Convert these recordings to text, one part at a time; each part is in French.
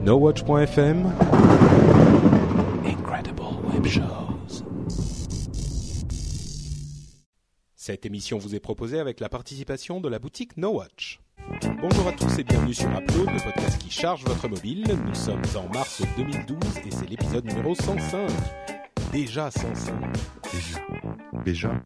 NoWatch.fm Incredible Web Shows. Cette émission vous est proposée avec la participation de la boutique NoWatch. Bonjour à tous et bienvenue sur Upload, le podcast qui charge votre mobile. Nous sommes en mars 2012 et c'est l'épisode numéro 105. Déjà 105. Déjà.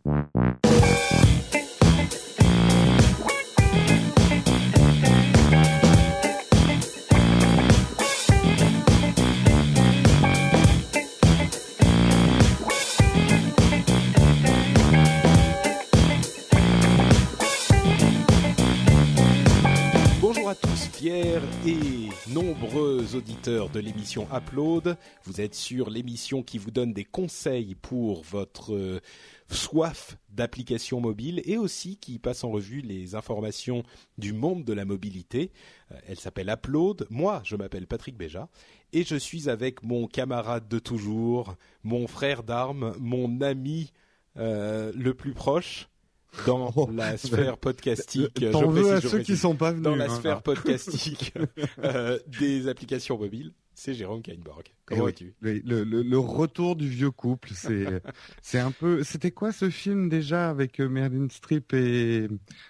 Bonjour à tous, fiers et nombreux auditeurs de l'émission Upload. Vous êtes sur l'émission qui vous donne des conseils pour votre soif d'applications mobiles et aussi qui passe en revue les informations du monde de la mobilité. Elle s'appelle Upload. Moi, je m'appelle Patrick Béja et je suis avec mon camarade de toujours, mon frère d'armes, mon ami le plus proche. Dans la sphère podcastique, t'en veux à ceux qui sont pas venus. Dans la sphère podcastique des applications mobiles, c'est Jérôme Kainborg. Comment vas-tu ? Le retour du vieux couple, c'est un peu. C'était quoi ce film déjà avec Meryl Streep et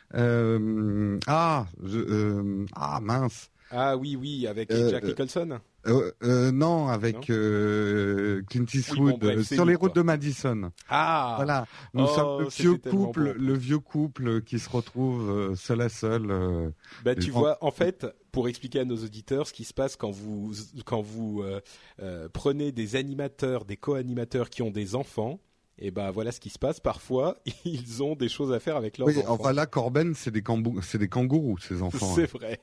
mince. Ah oui, avec Jack Nicholson. Non, avec Clint Eastwood, bref, sur les routes de Madison. Ah, voilà. Nous sommes le vieux couple qui se retrouve seul à seul. Tu vois, en fait, pour expliquer à nos auditeurs ce qui se passe quand vous prenez des animateurs, des co-animateurs qui ont des enfants. Et voilà ce qui se passe. Parfois, ils ont des choses à faire avec leurs enfants. Enfin là, Corben, c'est des kangourous, ces enfants. C'est vrai.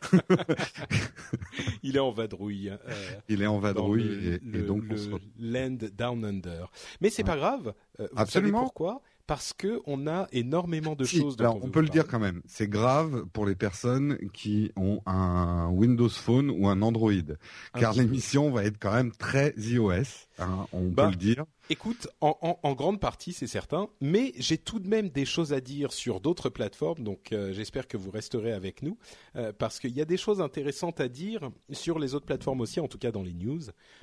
Il est en vadrouille. Il est en vadrouille et donc Land Down Under. Mais c'est pas grave. Vous Absolument. savez pourquoi ? Parce que on a énormément de choses. Alors on peut le dire quand même. C'est grave pour les personnes qui ont un Windows Phone ou un Android, car l'émission va être quand même très iOS. On peut le dire. Écoute, en grande partie, c'est certain, mais j'ai tout de même des choses à dire sur d'autres plateformes, donc j'espère que vous resterez avec nous, parce qu'il y a des choses intéressantes à dire sur les autres plateformes aussi, en tout cas dans les news.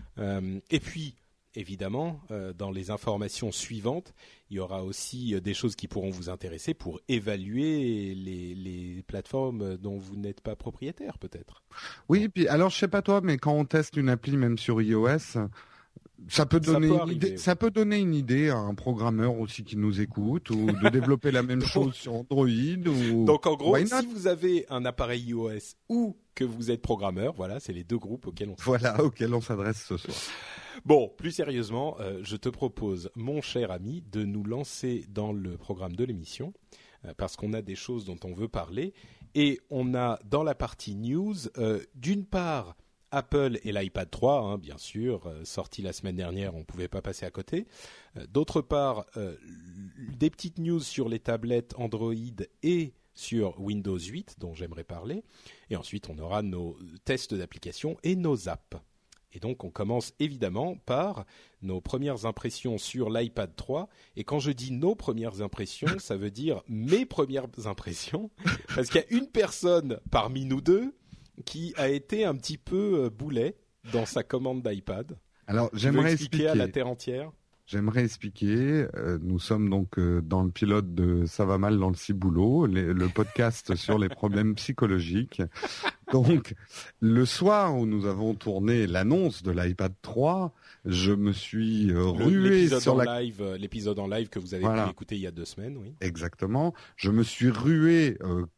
Et puis, évidemment, dans les informations suivantes, il y aura aussi des choses qui pourront vous intéresser pour évaluer les plateformes dont vous n'êtes pas propriétaire, peut-être. Oui, puis alors je sais pas toi, mais quand on teste une appli même sur iOS, ça peut donner une idée à un programmeur aussi qui nous écoute, ou de développer la même chose sur Android. Donc en gros, si vous avez un appareil iOS ou que vous êtes programmeur, voilà, c'est les deux groupes auxquels on s'adresse ce soir. Bon, plus sérieusement, je te propose, mon cher ami, de nous lancer dans le programme de l'émission, parce qu'on a des choses dont on veut parler, et on a dans la partie news, d'une part, Apple et l'iPad 3, bien sûr, sorti la semaine dernière, on ne pouvait pas passer à côté. D'autre part, des petites news sur les tablettes Android et sur Windows 8, dont j'aimerais parler. Et ensuite, on aura nos tests d'application et nos apps. Et donc, on commence évidemment par nos premières impressions sur l'iPad 3. Et quand je dis nos premières impressions, ça veut dire mes premières impressions. Parce qu'il y a une personne parmi nous deux qui a été un petit peu boulet dans sa commande d'iPad. Alors, j'aimerais expliquer à la terre entière. J'aimerais expliquer. Nous sommes donc dans le pilote de Ça va mal dans le ciboulot, le podcast sur les problèmes psychologiques. Donc, le soir où nous avons tourné l'annonce de l'iPad 3, je me suis rué sur l'épisode en live que vous avez pu écouter il y a 2 semaines, oui. Exactement. Je me suis rué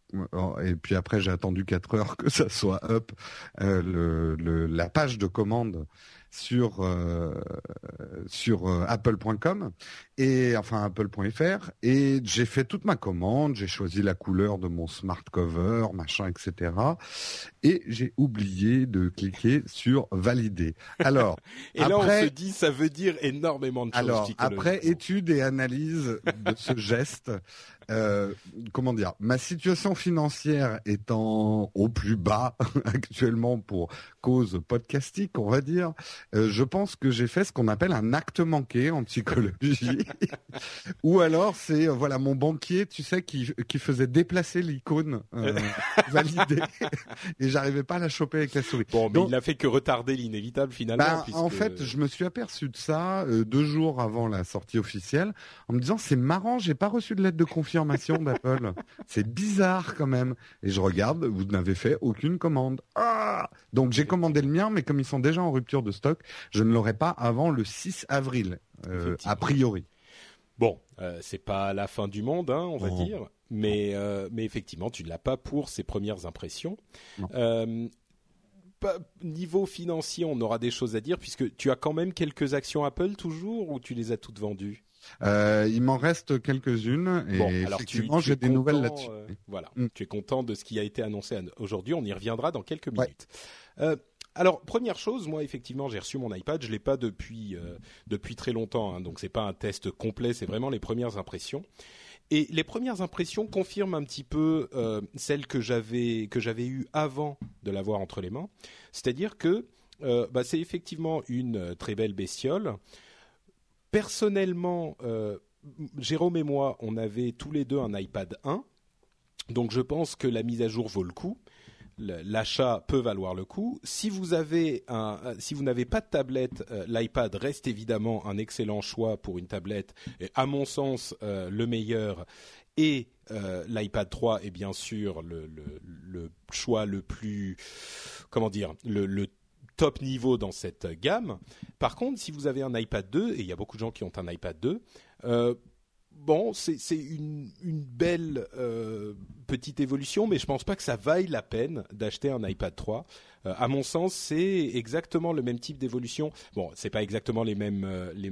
et puis après j'ai attendu 4 heures que ça soit up la page de commande sur apple.com et enfin apple.fr, et j'ai fait toute ma commande, j'ai choisi la couleur de mon smart cover, machin, etc. Et j'ai oublié de cliquer sur valider. Alors, et là on se dit ça veut dire énormément de choses. Alors après étude et analyse de ce geste, ma situation financière étant au plus bas actuellement pour cause podcastique, on va dire, je pense que j'ai fait ce qu'on appelle un acte manqué en psychologie. Ou alors c'est voilà mon banquier, tu sais, qui faisait déplacer l'icône validée et j'arrivais pas à la choper avec la souris. Bon, mais il n'a fait que retarder l'inévitable finalement. Puisque... En fait, je me suis aperçu de ça 2 jours avant la sortie officielle, en me disant c'est marrant, j'ai pas reçu de lettre de confirmation d'Apple. C'est bizarre quand même. Et je regarde, vous n'avez fait aucune commande. Donc j'ai commandé le mien, mais comme ils sont déjà en rupture de stock, je ne l'aurai pas avant le 6 avril, a priori. Bon, c'est pas la fin du monde, hein, on va dire, mais effectivement, tu ne l'as pas pour ces premières impressions. Niveau financier, on aura des choses à dire puisque tu as quand même quelques actions Apple toujours ou tu les as toutes vendues? Il m'en reste quelques-unes et alors effectivement j'ai des nouvelles là-dessus. Voilà, tu es content de ce qui a été annoncé aujourd'hui, on y reviendra dans quelques minutes. Alors première chose, moi effectivement j'ai reçu mon iPad, je l'ai pas depuis très longtemps, hein, donc c'est pas un test complet, c'est vraiment les premières impressions. Et les premières impressions confirment un petit peu celles que j'avais eues avant de l'avoir entre les mains, c'est-à-dire que c'est effectivement une très belle bestiole. Personnellement, Jérôme et moi, on avait tous les deux un iPad 1, donc je pense que la mise à jour vaut le coup. L'achat peut valoir le coup. Si vous n'avez pas de tablette, l'iPad reste évidemment un excellent choix pour une tablette. Et à mon sens, le meilleur. Et l'iPad 3 est bien sûr le choix le plus, le top niveau dans cette gamme. Par contre, si vous avez un iPad 2, et il y a beaucoup de gens qui ont un iPad 2, c'est une belle petite évolution, mais je pense pas que ça vaille la peine d'acheter un iPad 3. À mon sens, c'est exactement le même type d'évolution. Bon, c'est pas exactement les mêmes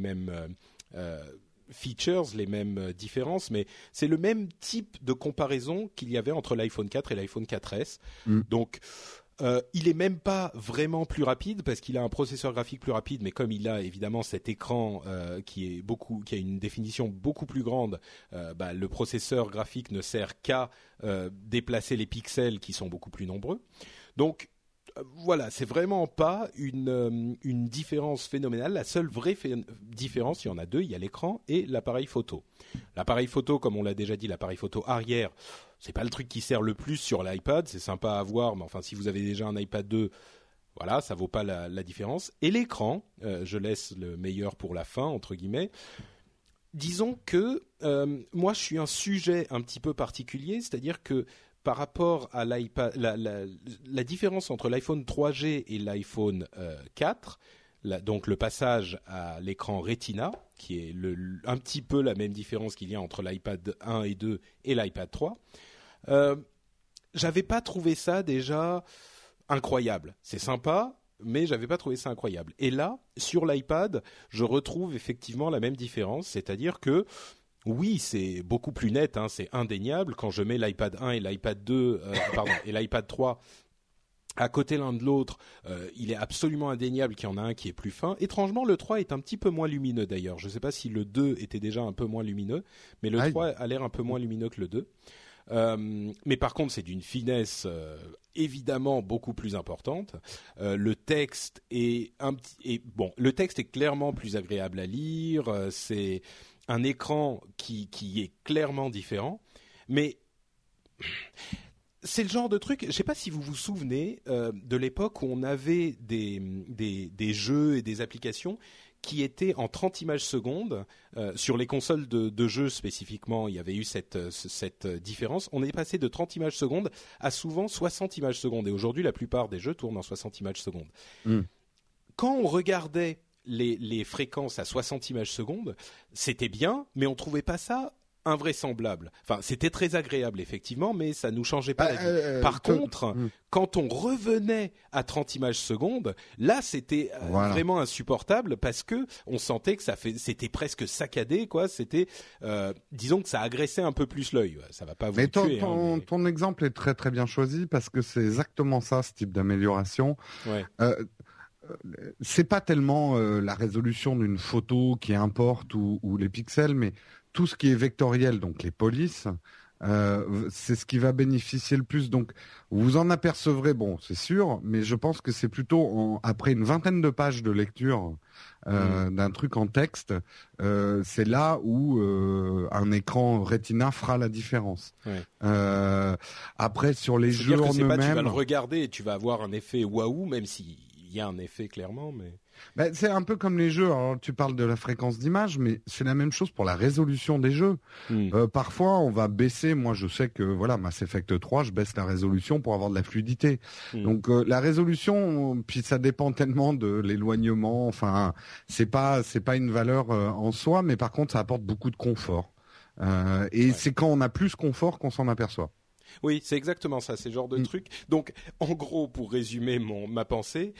features, les mêmes différences, mais c'est le même type de comparaison qu'il y avait entre l'iPhone 4 et l'iPhone 4S. Donc il est même pas vraiment plus rapide parce qu'il a un processeur graphique plus rapide, mais comme il a évidemment cet écran qui a une définition beaucoup plus grande, le processeur graphique ne sert qu'à déplacer les pixels qui sont beaucoup plus nombreux. Donc voilà, c'est vraiment pas une différence phénoménale. La seule vraie différence, il y en a deux, il y a l'écran et l'appareil photo. L'appareil photo, comme on l'a déjà dit, l'appareil photo arrière, c'est pas le truc qui sert le plus sur l'iPad, c'est sympa à voir, mais enfin si vous avez déjà un iPad 2, voilà, ça vaut pas la différence. Et l'écran, je laisse le meilleur pour la fin, entre guillemets. Disons que moi je suis un sujet un petit peu particulier, c'est-à-dire que par rapport à l'iPad, la différence entre l'iPhone 3G et l'iPhone 4, donc le passage à l'écran Retina, qui est un petit peu la même différence qu'il y a entre l'iPad 1 et 2 et l'iPad 3, j'avais pas trouvé ça déjà incroyable. C'est sympa, mais j'avais pas trouvé ça incroyable. Et là, sur l'iPad, je retrouve effectivement la même différence, c'est-à-dire que oui, c'est beaucoup plus net, hein, c'est indéniable. Quand je mets l'iPad 1 et l'iPad 2, et l'iPad 3 à côté l'un de l'autre, il est absolument indéniable qu'il y en a un qui est plus fin. Étrangement, le 3 est un petit peu moins lumineux d'ailleurs. Je ne sais pas si le 2 était déjà un peu moins lumineux, mais le 3 a l'air un peu moins lumineux que le 2. Mais par contre, c'est d'une finesse évidemment beaucoup plus importante. Le texte le texte est clairement plus agréable à lire. C'est un écran qui est clairement différent, mais c'est le genre de truc. Je ne sais pas si vous vous souvenez de l'époque où on avait des jeux et des applications qui étaient en 30 images secondes sur les consoles de jeux spécifiquement. Il y avait eu cette différence. On est passé de 30 images secondes à souvent 60 images secondes. Et aujourd'hui, la plupart des jeux tournent en 60 images secondes. Quand on regardait les fréquences à 60 images secondes, c'était bien, mais on trouvait pas ça invraisemblable. Enfin, c'était très agréable effectivement, mais ça nous changeait pas la vie. Par contre, quand on revenait à 30 images secondes, là c'était vraiment insupportable parce que on sentait que c'était presque saccadé, quoi. C'était, disons que ça agressait un peu plus l'œil. Ça va pas vous tuer. Ton exemple est très très bien choisi parce que c'est exactement ça, ce type d'amélioration. Ouais. C'est pas tellement la résolution d'une photo qui importe ou les pixels, mais tout ce qui est vectoriel, donc les polices, c'est ce qui va bénéficier le plus. Donc, vous en apercevrez, bon, c'est sûr, mais je pense que c'est plutôt après une vingtaine de pages de lecture d'un truc en texte, c'est là où un écran Retina fera la différence. Ouais. Après, sur les jeux en eux-mêmes, tu vas le regarder et tu vas avoir un effet waouh, même s'il y a un effet clairement, mais... Ben, c'est un peu comme les jeux. Alors, tu parles de la fréquence d'image, mais c'est la même chose pour la résolution des jeux. Parfois, on va baisser. Moi, je sais que voilà, Mass Effect 3, je baisse la résolution pour avoir de la fluidité. Donc, la résolution, puis ça dépend tellement de l'éloignement. Enfin, c'est pas une valeur en soi, mais par contre, ça apporte beaucoup de confort. C'est quand on a plus confort qu'on s'en aperçoit. Oui, c'est exactement ça, c'est le genre de truc. Donc, en gros, pour résumer ma pensée,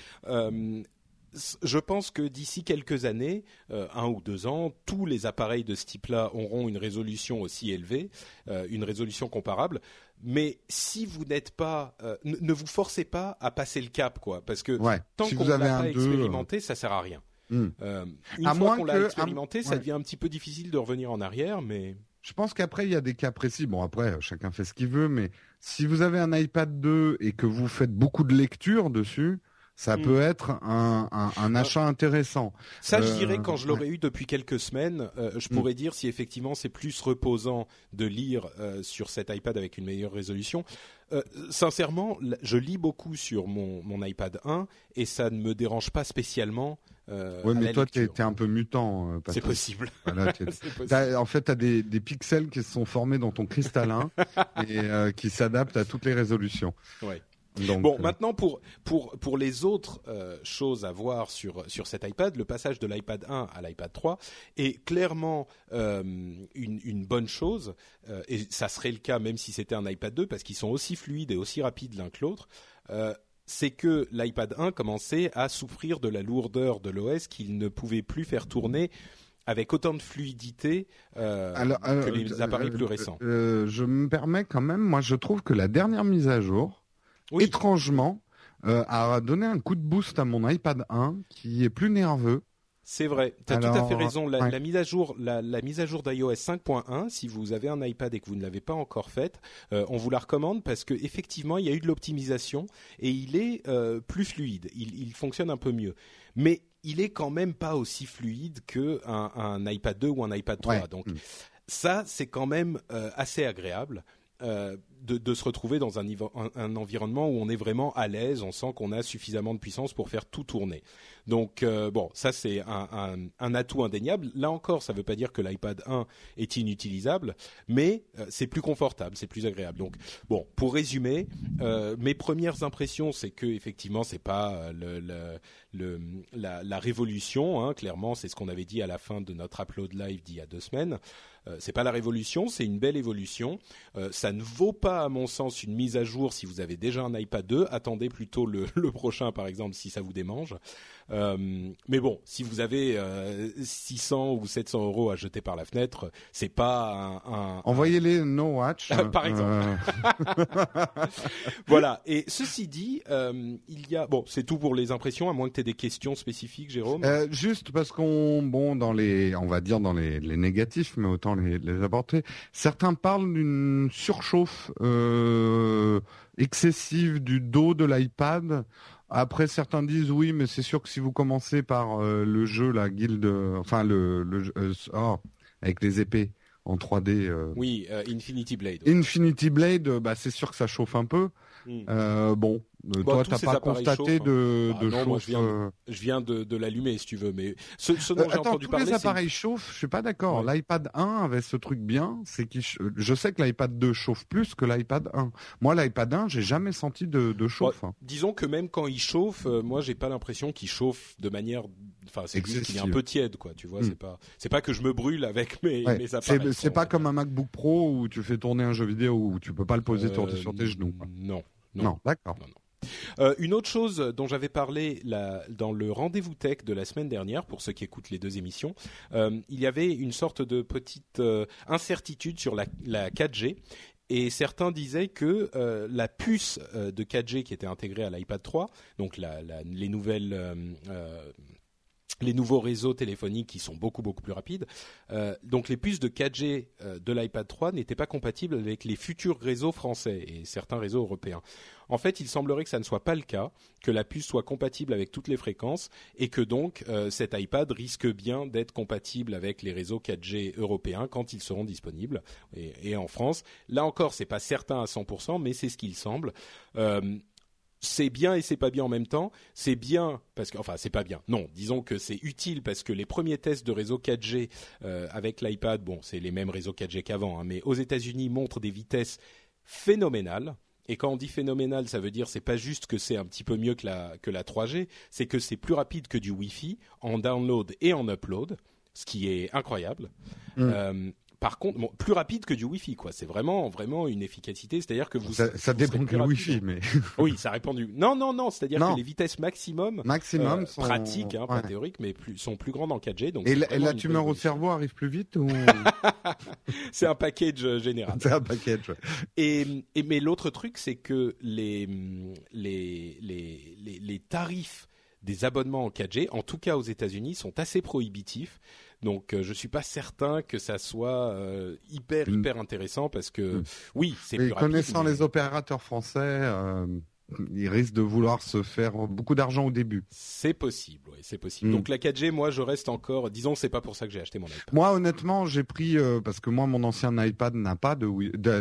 je pense que d'ici quelques années, 1 ou 2 ans, tous les appareils de ce type-là auront une résolution aussi élevée, une résolution comparable. Mais si vous n'êtes pas, ne vous forcez pas à passer le cap, quoi, parce que tant qu'on ne l'a pas expérimenté, ça sert à rien. Une fois qu'on l'a expérimenté, ça devient un petit peu difficile de revenir en arrière, mais... Je pense qu'après, il y a des cas précis. Bon, après, chacun fait ce qu'il veut, mais si vous avez un iPad 2 et que vous faites beaucoup de lecture dessus, ça peut être un achat intéressant. Ça, je dirais, quand je l'aurais eu depuis quelques semaines, je pourrais dire si effectivement c'est plus reposant de lire sur cet iPad avec une meilleure résolution. Sincèrement, je lis beaucoup sur mon iPad 1 et ça ne me dérange pas spécialement. Oui, mais toi, t'es un peu mutant. C'est possible. Voilà, en fait, t'as des pixels qui se sont formés dans ton cristallin et qui s'adaptent à toutes les résolutions. Ouais. Donc, maintenant pour les autres choses à voir sur cet iPad, le passage de l'iPad 1 à l'iPad 3 est clairement une bonne chose et ça serait le cas même si c'était un iPad 2 parce qu'ils sont aussi fluides et aussi rapides l'un que l'autre. C'est que l'iPad 1 commençait à souffrir de la lourdeur de l'OS qu'il ne pouvait plus faire tourner avec autant de fluidité que les appareils plus récents. Je me permets quand même, moi je trouve que la dernière mise à jour, étrangement, a donné un coup de boost à mon iPad 1 qui est plus nerveux. C'est vrai, tu as tout à fait raison. La mise à jour, la mise à jour d'iOS 5.1, si vous avez un iPad et que vous ne l'avez pas encore faite, on vous la recommande parce que effectivement, il y a eu de l'optimisation et il est plus fluide. Il fonctionne un peu mieux, mais il est quand même pas aussi fluide que un iPad 2 ou un iPad 3. Ouais. Donc ça, c'est quand même assez agréable. De se retrouver dans un environnement où on est vraiment à l'aise, on sent qu'on a suffisamment de puissance pour faire tout tourner. Donc bon, ça c'est un atout indéniable. Là encore, ça ne veut pas dire que l'iPad 1 est inutilisable, mais c'est plus confortable, c'est plus agréable. Donc bon, pour résumer, mes premières impressions, c'est que effectivement, c'est pas la révolution. Hein, clairement, c'est ce qu'on avait dit à la fin de notre upload live d'il y a 2 semaines. C'est pas la révolution, c'est une belle évolution. Ça ne vaut pas, à mon sens, une mise à jour si vous avez déjà un iPad 2. Attendez plutôt le prochain, par exemple, si ça vous démange. Mais bon, si vous avez 600 ou 700 euros à jeter par la fenêtre, c'est pas Envoyez-les No Watch. Par exemple. Voilà. Et ceci dit, il y a... Bon, c'est tout pour les impressions, à moins que tu aies des questions spécifiques, Jérôme. Juste parce on va dire dans les négatifs, mais autant les apporter. Certains parlent d'une surchauffe excessive du dos de l'iPad. Après, certains disent oui, mais c'est sûr que si vous commencez par le jeu, la guilde, enfin avec les épées en 3D. Oui, Infinity Blade. Infinity Blade, c'est sûr que ça chauffe un peu. Bon, toi, t'as pas constaté de non, chauffe. Moi, je viens de l'allumer, si tu veux, mais ce dont j'ai entendu parler, tous les appareils chauffent. Je suis pas d'accord. Ouais. L'iPad 1 avait ce truc bien, c'est je sais que l'iPad 2 chauffe plus que l'iPad 1. Moi, l'iPad 1, j'ai jamais senti de chauffe. Disons que même quand il chauffe, moi, j'ai pas l'impression qu'il chauffe de manière. Enfin, c'est juste qu'il est un peu tiède, quoi. Tu vois, c'est pas que je me brûle avec mes appareils. C'est pas comme un MacBook Pro où tu fais tourner un jeu vidéo où tu peux pas le poser sur tes genoux. Quoi. Non, d'accord. Non. Une autre chose dont j'avais parlé dans le rendez-vous tech de la semaine dernière, pour ceux qui écoutent les 2 émissions, il y avait une sorte de petite incertitude sur la 4G. Et certains disaient que la puce de 4G qui était intégrée à l'iPad 3, donc les nouvelles les nouveaux réseaux téléphoniques qui sont beaucoup plus rapides. Donc les puces de 4G de l'iPad 3 n'étaient pas compatibles avec les futurs réseaux français et certains réseaux européens. En fait, il semblerait que ça ne soit pas le cas, que la puce soit compatible avec toutes les fréquences et que donc cet iPad risque bien d'être compatible avec les réseaux 4G européens quand ils seront disponibles et en France. Là encore, c'est pas certain à 100%, mais c'est ce qu'il semble. C'est bien et c'est pas bien en même temps. C'est bien parce que, enfin, c'est pas bien. Non, disons que c'est utile parce que les premiers tests de réseau 4G avec l'iPad, bon, c'est les mêmes réseaux 4G qu'avant, hein, mais aux États-Unis montrent des vitesses phénoménales. Et quand on dit phénoménal, ça veut dire c'est pas juste que c'est un petit peu mieux que la 3G, c'est que c'est plus rapide que du Wi-Fi en download et en upload, ce qui est incroyable. Par contre, bon, plus rapide que du Wi-Fi, quoi. C'est vraiment une efficacité. C'est-à-dire que ça dépend du Wi-Fi, mais oui, ça répond du. Non. C'est-à-dire que les vitesses maximum sont pratiques, hein, pas théoriques, mais sont plus grandes en 4G. Donc et la tumeur au cerveau arrive plus vite ou c'est un package général. C'est un package. Mais l'autre truc, c'est que les tarifs des abonnements en 4G, en tout cas aux États-Unis, sont assez prohibitifs. Donc je suis pas certain que ça soit hyper intéressant parce que oui, c'est plus rapide. Connaissant les opérateurs français, ils risquent de vouloir se faire beaucoup d'argent au début. C'est possible, oui, c'est possible. Donc la 4G, moi je reste encore, disons, c'est pas pour ça que j'ai acheté mon iPad. Moi honnêtement, j'ai pris parce que moi mon ancien iPad n'a pas de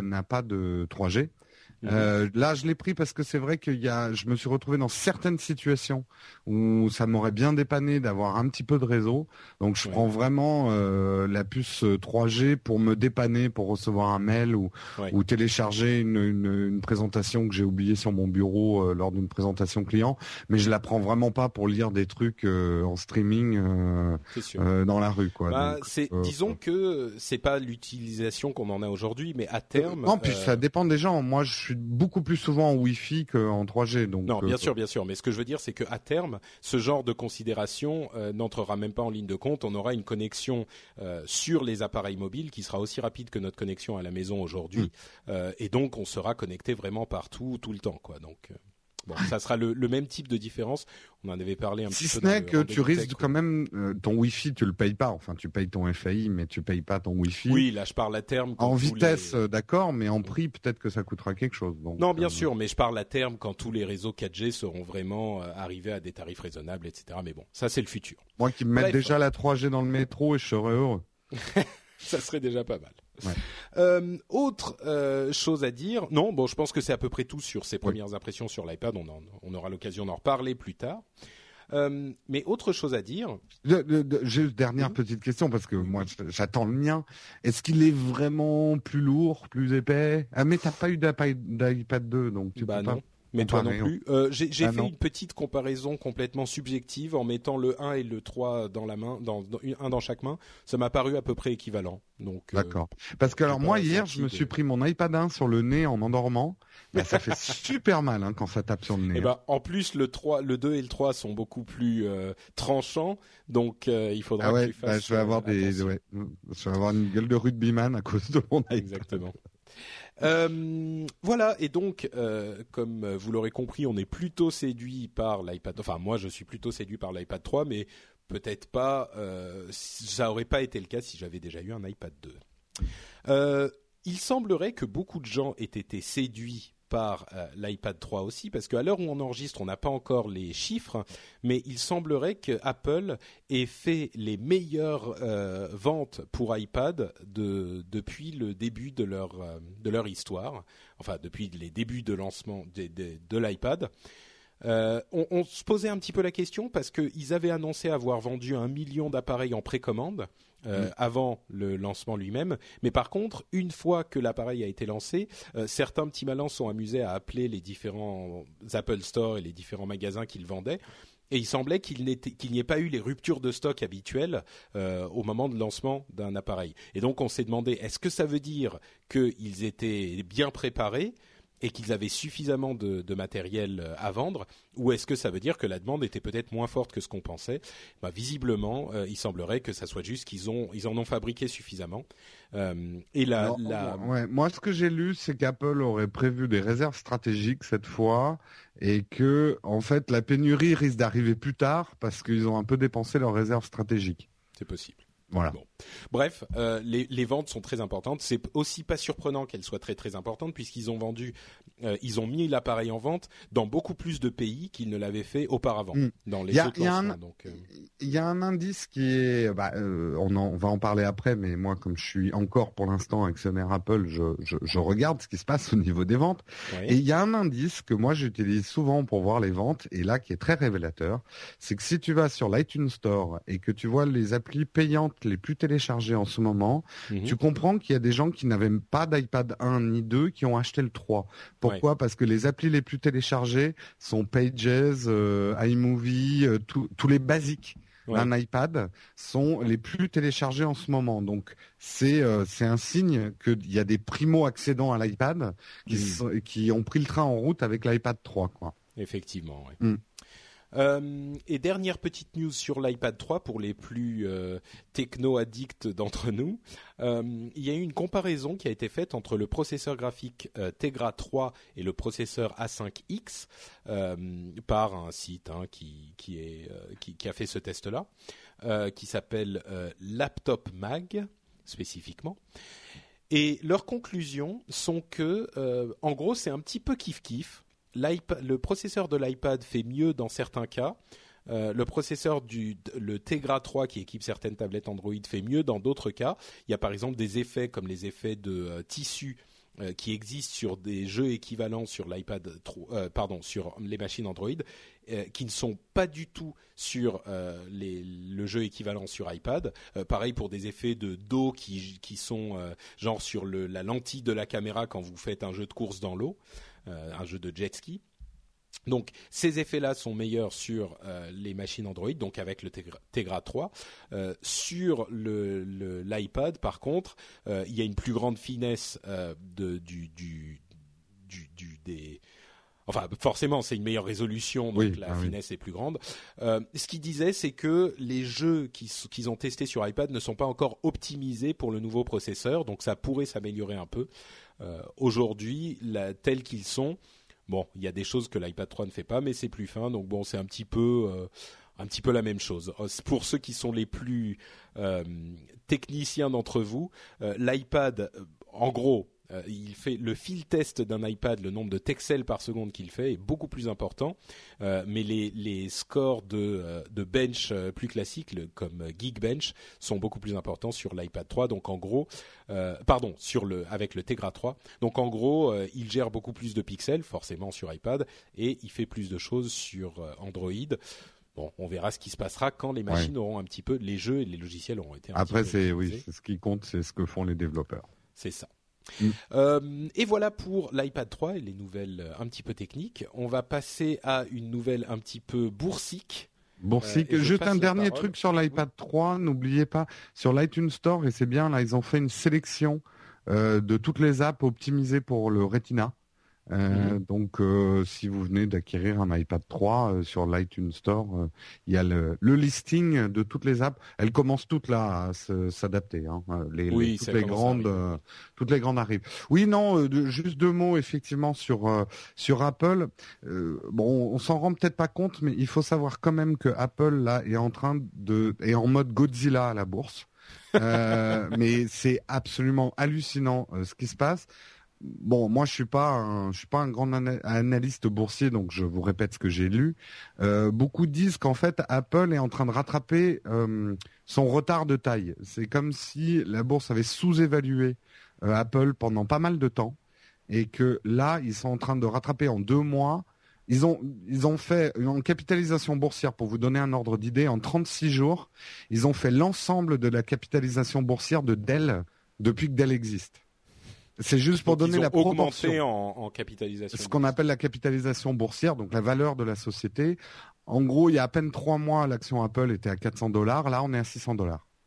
3G. Là, je l'ai pris parce que c'est vrai je me suis retrouvé dans certaines situations où ça m'aurait bien dépanné d'avoir un petit peu de réseau. Donc, je prends vraiment la puce 3G pour me dépanner, pour recevoir un mail ou télécharger une présentation que j'ai oubliée sur mon bureau lors d'une présentation client. Mais je la prends vraiment pas pour lire des trucs en streaming dans la rue, quoi. Bah, donc, disons que c'est pas l'utilisation qu'on en a aujourd'hui, mais à terme. Non, puis ça dépend des gens. Moi, je suis beaucoup plus souvent en Wi-Fi qu'en 3G. Donc, non, bien sûr. Mais ce que je veux dire, c'est qu'à terme, ce genre de considération n'entrera même pas en ligne de compte. On aura une connexion sur les appareils mobiles qui sera aussi rapide que notre connexion à la maison aujourd'hui. Et donc, on sera connecté vraiment partout, tout le temps, quoi. Donc, bon, ça sera le même type de différence. On en avait parlé un petit peu. Si ce n'est que tu risques quand même ton Wi-Fi, tu le payes pas. Enfin, tu payes ton FAI, mais tu payes pas ton Wi-Fi. Oui, là, je parle à terme. En vitesse, d'accord, mais en prix, peut-être que ça coûtera quelque chose. Donc, non, bien sûr, mais je parle à terme quand tous les réseaux 4G seront vraiment arrivés à des tarifs raisonnables, etc. Mais bon, ça, c'est le futur. Moi qui me mette déjà la 3G dans le métro et je serais heureux. Ça serait déjà pas mal. Ouais. Autre chose à dire, non, bon, je pense que c'est à peu près tout sur ces premières impressions sur l'iPad. On aura l'occasion d'en reparler plus tard. Mais autre chose à dire. J'ai une dernière petite question parce que moi j'attends le mien. Est-ce qu'il est vraiment plus lourd, plus épais? Ah mais t'as pas eu d'iPad 2 donc tu peux pas. Non. Mais toi non plus. J'ai fait une petite comparaison complètement subjective en mettant le 1 et le 3 dans la main, un dans chaque main. Ça m'a paru à peu près équivalent. Donc, d'accord. Parce que alors moi hier, je me suis pris mon iPad 1 sur le nez en m'endormant. Bah, ça fait super mal quand ça tape sur le nez. Et en plus le 2 et le 3 sont beaucoup plus tranchants, donc il faudra que tu fasses. Je vais avoir je vais avoir une gueule de rugbyman à cause de mon iPad. Exactement. Voilà, et donc comme vous l'aurez compris, on est plutôt séduit par l'iPad. Enfin, moi, je suis plutôt séduit par l'iPad 3, mais peut-être pas. Ça aurait pas été le cas si j'avais déjà eu un iPad 2. Il semblerait que beaucoup de gens aient été séduits par l'iPad 3 aussi, parce qu'à l'heure où on enregistre, on n'a pas encore les chiffres, mais il semblerait que Apple ait fait les meilleures ventes pour iPad depuis le début de leur histoire, enfin depuis les débuts de lancement de l'iPad. On se posait un petit peu la question parce qu'ils avaient annoncé avoir vendu 1 million d'appareils en précommande avant le lancement lui-même. Mais par contre, une fois que l'appareil a été lancé, certains petits malins sont amusés à appeler les différents Apple Store et les différents magasins qu'ils vendaient. Et il semblait qu'il n'y ait pas eu les ruptures de stock habituelles au moment de lancement d'un appareil. Et donc on s'est demandé, est-ce que ça veut dire qu'ils étaient bien préparés ? et qu'ils avaient suffisamment de matériel à vendre, ou est-ce que ça veut dire que la demande était peut-être moins forte que ce qu'on pensait? Visiblement, il semblerait que ça soit juste qu'ils en ont fabriqué suffisamment. Moi, ce que j'ai lu, c'est qu'Apple aurait prévu des réserves stratégiques cette fois, et que, en fait, la pénurie risque d'arriver plus tard parce qu'ils ont un peu dépensé leurs réserves stratégiques. C'est possible. Voilà. Bon. Bref, les ventes sont très importantes. C'est aussi pas surprenant qu'elles soient très très importantes puisqu'ils ont mis l'appareil en vente dans beaucoup plus de pays qu'ils ne l'avaient fait auparavant dans les autres lancements. Il y a un indice qui est, on va en parler après, mais moi comme je suis encore pour l'instant actionnaire Apple, je regarde ce qui se passe au niveau des ventes. Oui. Et il y a un indice que moi j'utilise souvent pour voir les ventes et là qui est très révélateur, c'est que si tu vas sur l'iTunes Store et que tu vois les applis payantes les plus téléchargées en ce moment, tu comprends qu'il y a des gens qui n'avaient pas d'iPad 1 ni 2 qui ont acheté le 3. Pourquoi ? Parce que les applis les plus téléchargées sont Pages, iMovie, tous les basiques d'un iPad sont les plus téléchargés en ce moment. Donc c'est un signe qu'il y a des primo-accédants à l'iPad qui ont pris le train en route avec l'iPad 3, quoi. Effectivement, oui. Et dernière petite news sur l'iPad 3 pour les plus techno-addicts d'entre nous. Il y a eu une comparaison qui a été faite entre le processeur graphique Tegra 3 et le processeur A5X par un site qui a fait ce test-là, qui s'appelle Laptop Mag spécifiquement. Et leurs conclusions sont que, en gros, c'est un petit peu kiff-kiff. Le processeur de l'iPad fait mieux dans certains cas. Le processeur le Tegra 3 qui équipe certaines tablettes Android fait mieux dans d'autres cas. Il y a par exemple des effets comme les effets de tissu qui existent sur des jeux équivalents sur sur les machines Android qui ne sont pas du tout sur le jeu équivalent sur iPad. Pareil pour des effets de dos qui sont genre sur la lentille de la caméra quand vous faites un jeu de course dans l'eau. Un jeu de jet ski. Donc ces effets-là sont meilleurs sur les machines Android, donc avec le Tegra 3. Sur l'iPad, par contre, il y a une plus grande finesse Enfin, forcément, c'est une meilleure résolution, donc la finesse est plus grande. Ce qu'il disait, c'est que les jeux qu'ils ont testés sur iPad ne sont pas encore optimisés pour le nouveau processeur, donc ça pourrait s'améliorer un peu. Aujourd'hui, tels qu'ils sont, bon, il y a des choses que l'iPad 3 ne fait pas, mais c'est plus fin, donc bon, c'est un petit peu la même chose. Pour ceux qui sont les plus techniciens d'entre vous, l'iPad, en gros, il fait le field test d'un iPad, le nombre de texels par seconde qu'il fait est beaucoup plus important, mais les scores de bench plus classiques, comme Geekbench, sont beaucoup plus importants sur l'iPad 3. Donc en gros, avec le Tegra 3. Donc en gros, il gère beaucoup plus de pixels, forcément sur iPad, et il fait plus de choses sur Android. Bon, on verra ce qui se passera quand les machines auront un petit peu, les jeux et les logiciels auront été un petit peu optimisés. C'est ce qui compte, c'est ce que font les développeurs. C'est ça. Et voilà pour l'iPad 3 et les nouvelles un petit peu techniques. On va passer à une nouvelle un petit peu boursique. Juste un dernier truc sur l'iPad 3, n'oubliez pas, sur l'iTunes Store, et c'est bien, là ils ont fait une sélection de toutes les apps optimisées pour le Retina. Donc si vous venez d'acquérir un iPad 3 sur l'iTunes Store, il y a le listing de toutes les apps. Elles commencent toutes là à s'adapter. Toutes les grandes arrivent. Oui, non, juste deux mots effectivement sur Apple. On s'en rend peut-être pas compte, mais il faut savoir quand même que Apple là est en mode Godzilla à la bourse. Mais c'est absolument hallucinant ce qui se passe. Bon, moi je suis pas un grand analyste boursier, donc je vous répète ce que j'ai lu. Beaucoup disent qu'en fait Apple est en train de rattraper son retard de taille. C'est comme si la bourse avait sous-évalué Apple pendant pas mal de temps et que là ils sont en train de rattraper en 2 mois. Ils ont fait en capitalisation boursière, pour vous donner un ordre d'idée, en 36 jours, ils ont fait l'ensemble de la capitalisation boursière de Dell depuis que Dell existe. C'est juste pour donner la proportion. Augmenté en capitalisation. Ce qu'on appelle la capitalisation boursière, donc la valeur de la société. En gros, il y a à peine 3 mois, l'action Apple était à $400. Là, on est à $600.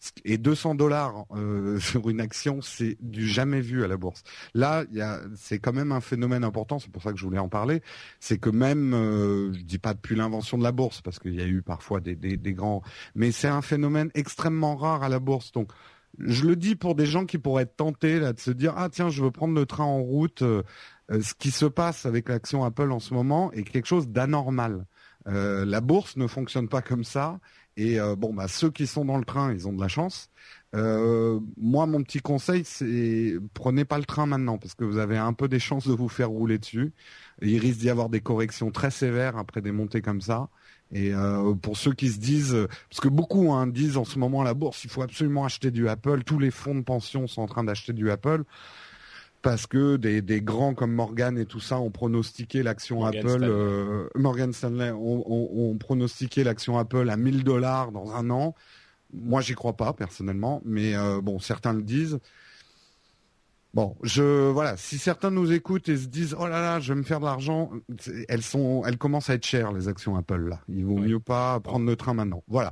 Et $200 sur une action, c'est du jamais vu à la bourse. Là, c'est quand même un phénomène important. C'est pour ça que je voulais en parler. C'est que même, je dis pas depuis l'invention de la bourse, parce qu'il y a eu parfois des grands, mais c'est un phénomène extrêmement rare à la bourse. Donc, je le dis pour des gens qui pourraient être tentés là de se dire ah tiens, je veux prendre le train en route. Ce qui se passe avec l'action Apple en ce moment est quelque chose d'anormal. La bourse ne fonctionne pas comme ça. Et ceux qui sont dans le train, ils ont de la chance. Moi, mon petit conseil, c'est prenez pas le train maintenant parce que vous avez un peu des chances de vous faire rouler dessus. Il risque d'y avoir des corrections très sévères après des montées comme ça. Et pour ceux qui se disent, parce que beaucoup disent en ce moment à la bourse, il faut absolument acheter du Apple. Tous les fonds de pension sont en train d'acheter du Apple. Parce que des grands comme Morgan et tout ça ont pronostiqué l'action Apple, Morgan Stanley ont pronostiqué l'action Apple à $1,000 dans un an. Moi, j'y crois pas personnellement, mais certains le disent. Bon, si certains nous écoutent et se disent oh là là, je vais me faire de l'argent, elles commencent à être chères les actions Apple là. Il vaut mieux pas prendre le train maintenant. Voilà.